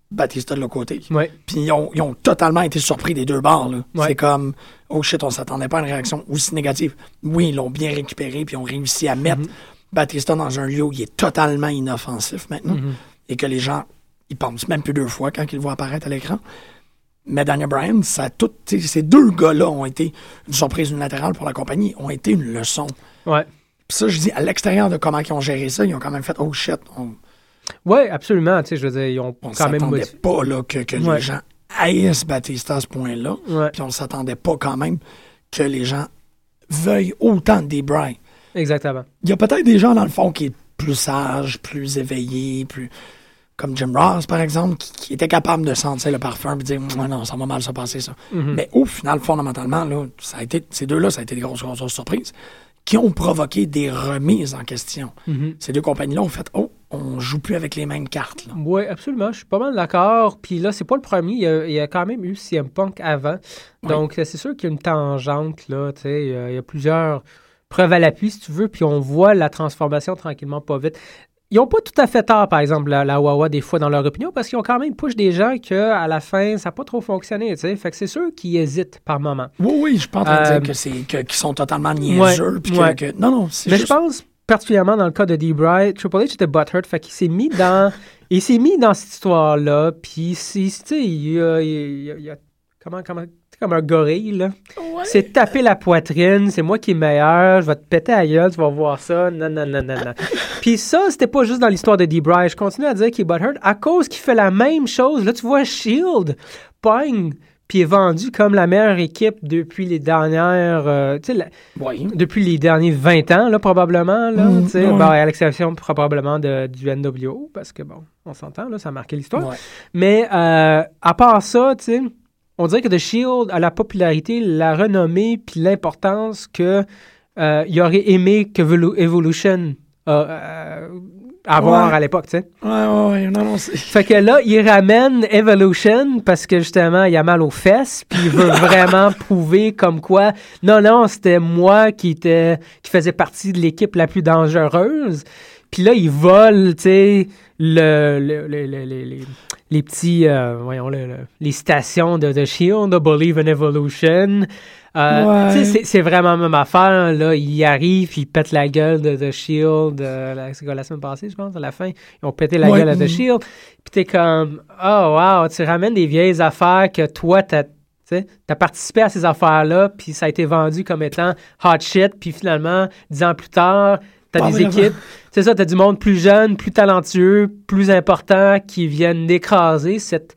Batista de l'autre côté. Ouais. Puis ils ont, ils ont totalement été surpris des deux bords. Là. Ouais. C'est comme, oh shit, on s'attendait pas à une réaction aussi négative. Oui, ils l'ont bien récupéré, puis ils ont réussi à mettre mm-hmm. Batista dans un lieu où il est totalement inoffensif maintenant, mm-hmm. et que les gens, ils pensent même plus deux fois quand ils le voient apparaître à l'écran. Mais Daniel Bryan, ça a tout, ces deux gars-là ont été une surprise unilatérale pour la compagnie, ont été une leçon. Ouais. Puis ça, je dis, à l'extérieur de comment ils ont géré ça, ils ont quand même fait, oh shit, on... Oui, absolument. Tu sais, je veux dire, ils ont on quand même... On ne s'attendait pas là, que, que ouais. les gens haïssent Batista à ce point-là. Ouais. Puis on ne s'attendait pas quand même que les gens veuillent autant de Bryan. Exactement. Il y a peut-être des gens, dans le fond, qui sont plus sages, plus éveillés, plus... comme Jim Ross, par exemple, qui, qui était capable de sentir le parfum et dire « non, ça va mal se passer, ça. Mm-hmm. » Mais au final, fondamentalement, là, ça a été, ces deux-là, ça a été des grosses, grosses, grosses surprises qui ont provoqué des remises en question. Mm-hmm. Ces deux compagnies-là ont fait « oh, on joue plus avec les mêmes cartes. » Oui, absolument. Je suis pas mal d'accord. Puis là, c'est pas le premier. Il y a, il y a quand même eu C M Punk avant. Oui. Donc, c'est sûr qu'il y a une tangente, là. Tu sais, il y a plusieurs preuves à l'appui, si tu veux. Puis on voit la transformation tranquillement, pas vite. Ils n'ont pas tout à fait tort, par exemple, la, la Wawa, des fois, dans leur opinion, parce qu'ils ont quand même push des gens qu'à la fin, ça n'a pas trop fonctionné, tu sais. Fait que c'est sûr qu'ils hésitent par moment. Oui, oui, je suis pas en train de euh, dire que c'est, que, qu'ils sont totalement niaiseux. Ouais, puis ouais. que, que, non, non, c'est Mais juste... je pense, particulièrement dans le cas de D-Bry, Triple H était butthurt, fait qu'il s'est mis dans... il s'est mis dans cette histoire-là, puis, tu sais, il y a... Il y a, il y a comment... comment comme un gorille, là. Ouais. C'est taper la poitrine, c'est moi qui est meilleur, je vais te péter à gueule, tu vas voir ça, non, non, non, non, non. Puis ça, c'était pas juste dans l'histoire de D-Bry. Je continue à dire qu'il est butthurt à cause qu'il fait la même chose. Là, tu vois, Shield pogne, puis est vendu comme la meilleure équipe depuis les dernières... Euh, tu sais, la... oui. depuis les derniers vingt ans, là, probablement, là, mmh, tu sais, ouais. bon, à l'exception probablement de, du N W O, parce que, bon, on s'entend, là, ça a marqué l'histoire. Ouais. Mais euh, à part ça, tu sais... On dirait que The Shield a la popularité, la renommée, puis l'importance que euh, il aurait aimé que Evolution euh, euh, avoir ouais. à l'époque, tu sais. Ouais, ouais, ouais, non, non, c'est... Fait que là, il ramène Evolution parce que, justement, il a mal aux fesses, puis il veut vraiment prouver comme quoi, non, non, c'était moi qui était, qui faisait partie de l'équipe la plus dangereuse. Puis là, il vole, tu sais, le, le, le, le, le, les, les petits, euh, voyons, le, le, les stations de The Shield, de Believe in Evolution. Euh, ouais. Tu sais, c'est, c'est vraiment la même affaire, là. Il arrive, puis il pète la gueule de The Shield. Euh, la, c'est quoi, la semaine passée, je pense, à la fin. Ils ont pété la ouais. gueule à The Shield. Puis t'es comme, oh, wow, tu ramènes des vieilles affaires que toi, t'as... Tu as participé à ces affaires-là, puis ça a été vendu comme étant hot shit, puis finalement, dix ans plus tard, tu as des vraiment. équipes. C'est ça, tu as du monde plus jeune, plus talentueux, plus important qui viennent écraser cette,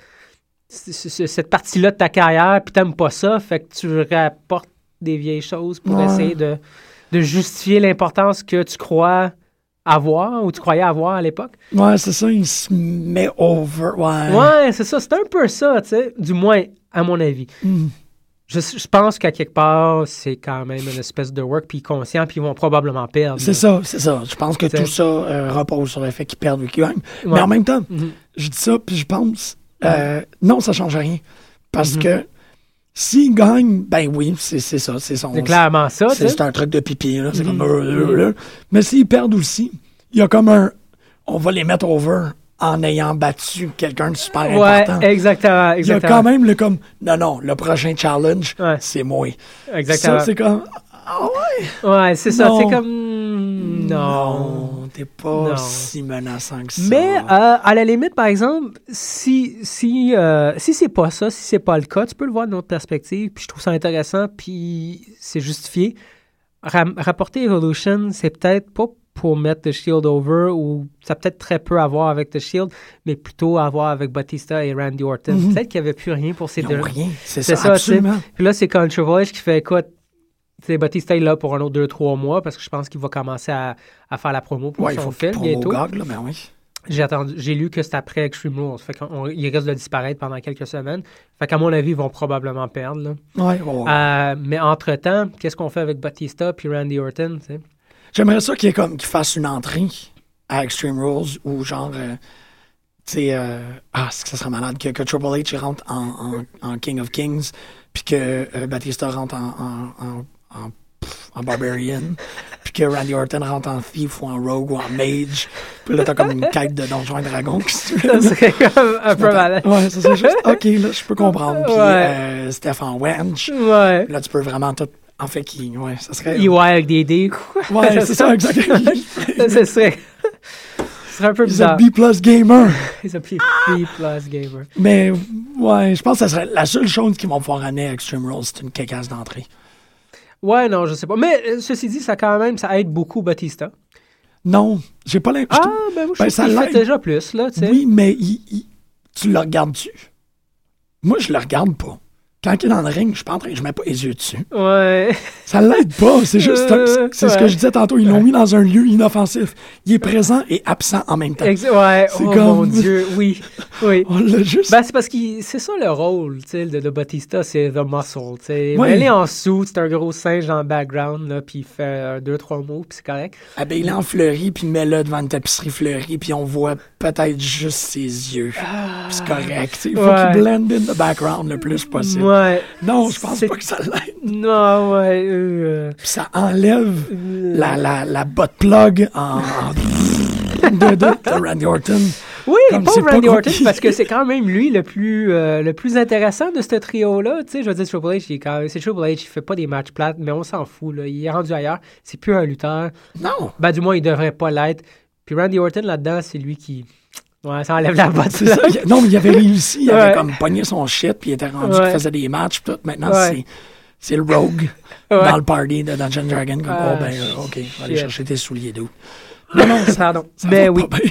cette partie-là de ta carrière, puis t'aimes pas ça, fait que tu rapportes des vieilles choses pour ouais. essayer de, de justifier l'importance que tu crois avoir ou tu croyais avoir à l'époque. Ouais, c'est ça, il se met over. Ouais, ouais c'est ça, c'est un peu ça, tu sais, du moins, à mon avis. Mm. Je, je pense qu'à quelque part, c'est quand même une espèce de work, puis ils sont conscients, puis ils vont probablement perdre. C'est là. ça, c'est ça. Je pense que t'sais. tout ça euh, repose sur le fait qu'ils perdent ou qu'ils gagnent. Ouais. Mais en même temps, mm-hmm. je dis ça, puis je pense, euh, mm-hmm. non, ça change rien. Parce mm-hmm. que s'ils gagnent, ben oui, c'est, c'est ça. C'est, son, c'est clairement ça. C'est, c'est un truc de pipi, là. C'est mm-hmm. comme... Euh, euh, euh. Mais s'ils perdent aussi, il y a comme un... On va les mettre over en ayant battu quelqu'un de super ouais, important. exactement, exactement. Il y a quand même le comme, non, non, le prochain challenge, ouais. c'est moi. Exactement. Ça, c'est comme, ah ouais. Ouais, c'est non. ça, c'est comme, non. Non, t'es pas non. si menaçant que ça. Mais, euh, à la limite, par exemple, si, si, euh, si c'est pas ça, si c'est pas le cas, tu peux le voir d'une autre perspective, puis je trouve ça intéressant, puis c'est justifié. Ra- rapporter Evolution, c'est peut-être pas pour mettre The Shield over, ou ça a peut-être très peu à voir avec The Shield, mais plutôt à voir avec Batista et Randy Orton. Mm-hmm. Peut-être qu'il n'y avait plus rien pour ces Ils deux. Ils rien, c'est, c'est ça, ça absolument. T'sais. Puis là, c'est quand Triple H qui fait, écoute, Batista est là pour un autre deux trois mois, parce que je pense qu'il va commencer à, à faire la promo pour ouais, son film bientôt. Gog, là, ben oui. J'ai, attendu, j'ai lu que c'est après Extreme Rules. Fait qu'il risque de disparaître pendant quelques semaines. Fait qu'à mon avis, ils vont probablement perdre. Là. Ouais, ouais, ouais. Euh, mais entre-temps, qu'est-ce qu'on fait avec Batista puis Randy Orton, tu sais? J'aimerais ça qu'il, ait comme, qu'il fasse une entrée à Extreme Rules où, genre, euh, tu sais, euh, ah, c'est que ça serait malade, que, que Triple H rentre en, en, en King of Kings, puis que euh, Batista rentre en, en, en, en, en Barbarian, puis puis que Randy Orton rentre en thief ou en rogue ou en mage. Puis là, t'as comme une quête de Donjons et Dragons. Ça serait comme un peu malade. Ouais, ça serait juste, OK, là, je peux comprendre. Puis Ouais. euh, Steph en wench. Ouais. Là, tu peux vraiment tout... En fait, qui... Ouais, ça serait... E Y avec des dés, quoi. Ouais, c'est ça, exactement. Ça, ce serait... Ce serait un peu He's a bizarre. B plus gamer. He's a B plus gamer. Mais, ouais, je pense que ça serait la seule chose qu'ils vont pouvoir amener à Extreme Rules, c'est une cacasse d'entrée. Ouais, non, je sais pas. Mais euh, ceci dit, ça quand même, ça aide beaucoup Batista. Non, j'ai pas l'impression... Ah, ben moi, je Ben, trouve ça qu'il fait l'aide. déjà plus, là, tu sais. Oui, mais il- il- tu le regardes-tu? Moi, je le regarde pas. Quand il est dans le ring, je suis pas en train, je mets pas les yeux dessus. Ouais. Ça l'aide pas. C'est juste, Euh, c'est ce que ouais. je disais tantôt. Ils l'ont mis dans un lieu inoffensif. Il est présent et absent en même temps. Ex- ouais, C'est oh comme- mon Dieu, oui. Oui. On l'a juste. Ben, c'est parce que c'est ça le rôle, tu sais, de, de Batista, c'est the muscle, tu sais. Ouais. Mais il est en dessous, c'est un gros singe en background, là, puis il fait euh, deux, trois mots, puis c'est correct. Ah ben, il est en fleurie, puis mets-le devant une tapisserie fleurie, puis on voit peut-être juste ses yeux. Puis c'est correct. tu sais. Il faut Ouais. qu'il blend in the background le plus possible. Ouais. Non, je pense C'est- pas que ça l'aide. Non, ouais. Euh, Puis ça enlève euh, la, la, la butt plug en, en- de, de, de Randy Orton. Oui, Comme pas c'est pas Randy Orton, compliqué. parce que c'est quand même lui le plus, euh, le plus intéressant de ce trio-là. Tu sais, je veux dire, Triple H, il est quand même- c'est Triple H, il fait pas des matchs plates, mais on s'en fout, là. Il est rendu ailleurs. C'est plus un lutteur. Non. Ben, du moins, il devrait pas l'être. Puis Randy Orton, là-dedans, c'est lui qui... Ouais, ça enlève la botte. C'est ça. il- Non, mais il avait réussi. Il Ouais. avait comme pogné son shit, puis il était rendu Ouais. qu'il faisait des matchs, puis tout. Maintenant, Ouais. c'est, c'est le rogue Ouais. dans le party de Dungeon Dragon. Comme, Ah, oh, ben, euh, OK, je vais aller shit. chercher tes souliers d'où. Non, non, ça, Pardon. ça Mais va oui. pas bien.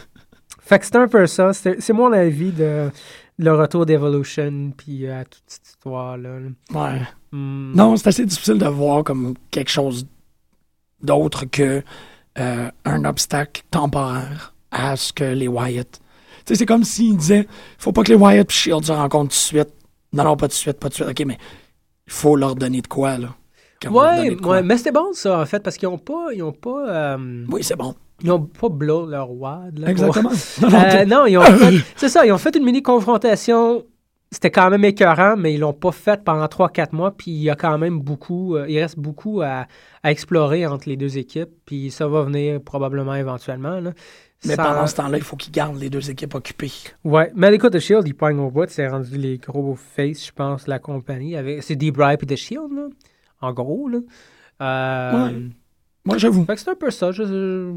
Fait que c'est un peu ça. C'est, c'est mon avis de le retour d'Evolution, puis euh, toute cette histoire-là. là. Ouais. Hmm. Non, c'est assez difficile de voir comme quelque chose d'autre que euh, un obstacle temporaire à ce que les Wyatt. Tu sais, c'est comme s'ils disaient faut pas que les Wyatt et Shield se rencontrent tout de suite. Non, non, pas tout de suite, pas tout de suite. OK, mais il faut leur donner de quoi, là? Qu'on va leur donner Ouais, de quoi. ouais, mais c'était bon ça en fait parce qu'ils ont pas, ils ont pas, euh, Oui, c'est bon. ils ont pas blow leur wad. Là, Exactement. pour- Non, non, Euh, t'es- non, ils ont fait, c'est ça, ils ont fait une mini confrontation. C'était quand même écœurant, mais ils l'ont pas fait pendant trois quatre mois. Puis il y a quand même beaucoup, euh, il reste beaucoup à, à explorer entre les deux équipes. Puis ça va venir probablement éventuellement. Là. Mais Sans- pendant ce temps-là, il faut qu'ils gardent les deux équipes occupées. Ouais, mais écoute, The Shield, ils pognent au bout. C'est rendu les gros face, je pense, de la compagnie. Avec... C'est D-Bry et The Shield, là. En gros, là. Euh... Ouais. Moi, j'avoue. Fait que c'est un peu ça. Je... je-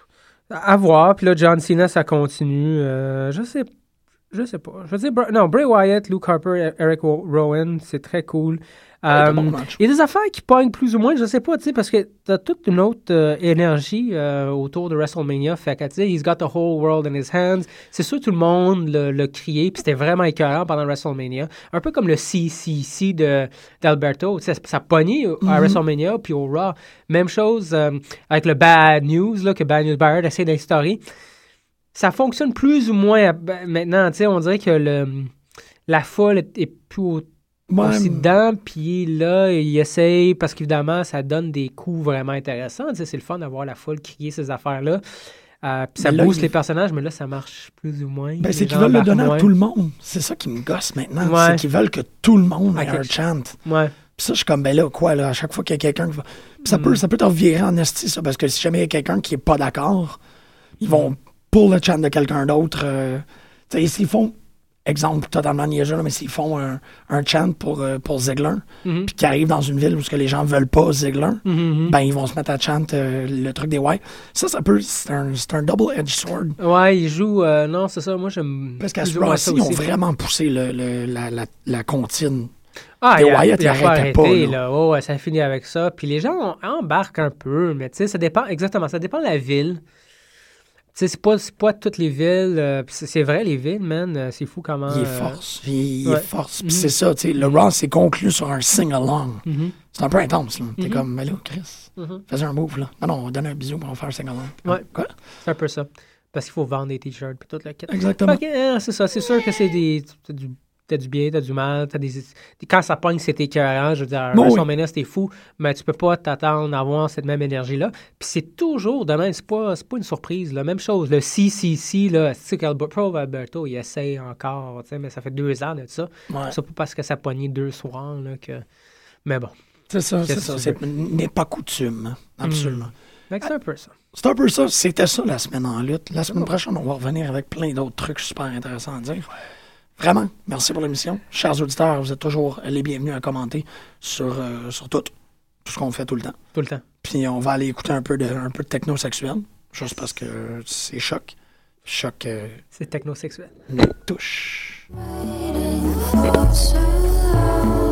À voir. Puis là, John Cena, ça continue. Euh, je sais Je sais pas. Je veux dire, Bra- non, Bray Wyatt, Luke Harper, Eric Wo- Rowan, c'est très cool. c'est un Euh, bon match. Il y a des affaires qui pognent plus ou moins, je sais pas, tu sais, parce que t'as toute une autre euh, énergie euh, autour de WrestleMania. Fait que, tu sais, he's got the whole world in his hands. C'est sûr, tout le monde l'a l'a crié, puis c'était vraiment écœurant pendant WrestleMania. Un peu comme le C C C de d'Alberto. Tu sais, ça pognait au- à Mhm. WrestleMania, puis au Raw. Même chose euh, avec le Bad News, là, que Bad News Barrett essaie d'instaurer. Ça fonctionne plus ou moins ben, maintenant. Tu sais, on dirait que le, la foule est, est plus au- Ouais, aussi dedans, puis là, il essaye, parce qu'évidemment, ça donne des coups vraiment intéressants. Tu sais, c'est le fun d'avoir la foule crier ces affaires-là. Euh, puis ça Mais là, booste il- les personnages, mais là, ça marche plus ou moins. ben, c'est Les qu'ils gens veulent le embarquent donner à moins. tout le monde. C'est ça qui me gosse maintenant. Ouais. C'est qu'ils veulent que tout le monde ait Ok. un chant. Ouais. Puis ça, je suis comme, ben là, quoi, là, à chaque fois qu'il y a quelqu'un qui va... Puis ça, Mm. peut, ça peut te revirer en esti, ça, parce que si jamais il y a quelqu'un qui est pas d'accord, ils vont pour le chant de quelqu'un d'autre. euh, tu sais, s'ils font, exemple totalement niaiseux, là, mais s'ils font un, un chant pour, euh, pour Ziggler, Mhm. puis qu'ils arrivent dans une ville où ce que les gens veulent pas Ziggler, Mhm, mhm. ben ils vont se mettre à chant euh, le truc des White. Ça, ça peut... C'est un, c'est un double-edged sword. Ouais, il joue... euh, non, c'est ça, moi, j'aime... Parce qu'à plus ce ou moins ça moment-ci, ils ont aussi. vraiment poussé le, le- la, la, la comptine. Ah, les il a- Wyatt, il a ils pas arrêtaient arrêté, pas, là. là. Oh, ouais, ça finit avec ça. Puis les gens on- embarquent un peu, mais tu sais, ça dépend... Exactement, ça dépend de la ville. Tu sais, c'est pas, c'est pas toutes les villes. euh, puis c'est, c'est vrai, les villes, man, euh, c'est fou comment... Il est euh, force. Il, il ouais. est force. Puis Mhm. c'est ça, tu sais, le Raw s'est conclu sur un sing-along. mhm, C'est un peu intense, là. T'es Mhm. comme, mais là, Chris, mhm. fais un move, là. Non, non, on donne un bisou pour on faire un sing-along. Ouais. Quoi? C'est un peu ça. Parce qu'il faut vendre des t-shirts puis tout le kit. Exactement. Fait que, euh, c'est ça. C'est sûr que c'est des... T'as du, t'as du bien, t'as du mal. T'as des, des- quand ça pogne, c'était écœurant. Je veux dire, Bon, WrestleMania, c'était fou. Mais tu peux pas t'attendre à avoir cette même énergie-là. Puis c'est toujours de même. C'est pas, c'est pas une surprise. La même chose. Le C C C, là, tu sais qu'Alberto Alberto, il essaye encore. Tu sais, mais ça fait deux ans de ça. Ouais. C'est pas parce que ça pognait deux soirs là, que... Mais bon. C'est ça, c'est Qu'est-ce ça. que tu C'est n'est pas coutume. Absolument. Fait que c'est un peu ça. C'est un peu ça. C'était ça la semaine en lutte. La semaine prochaine, on va revenir avec plein d'autres trucs super intéressants à dire. Vraiment, merci pour l'émission. Chers auditeurs, vous êtes toujours les bienvenus à commenter sur, euh, sur tout. Tout ce qu'on fait tout le temps. Tout le temps. Puis on va aller écouter un peu de, un peu de techno-sexuel. Juste parce que c'est choc. Choc euh, C'est technosexuel. nous touche. Waiting for so long.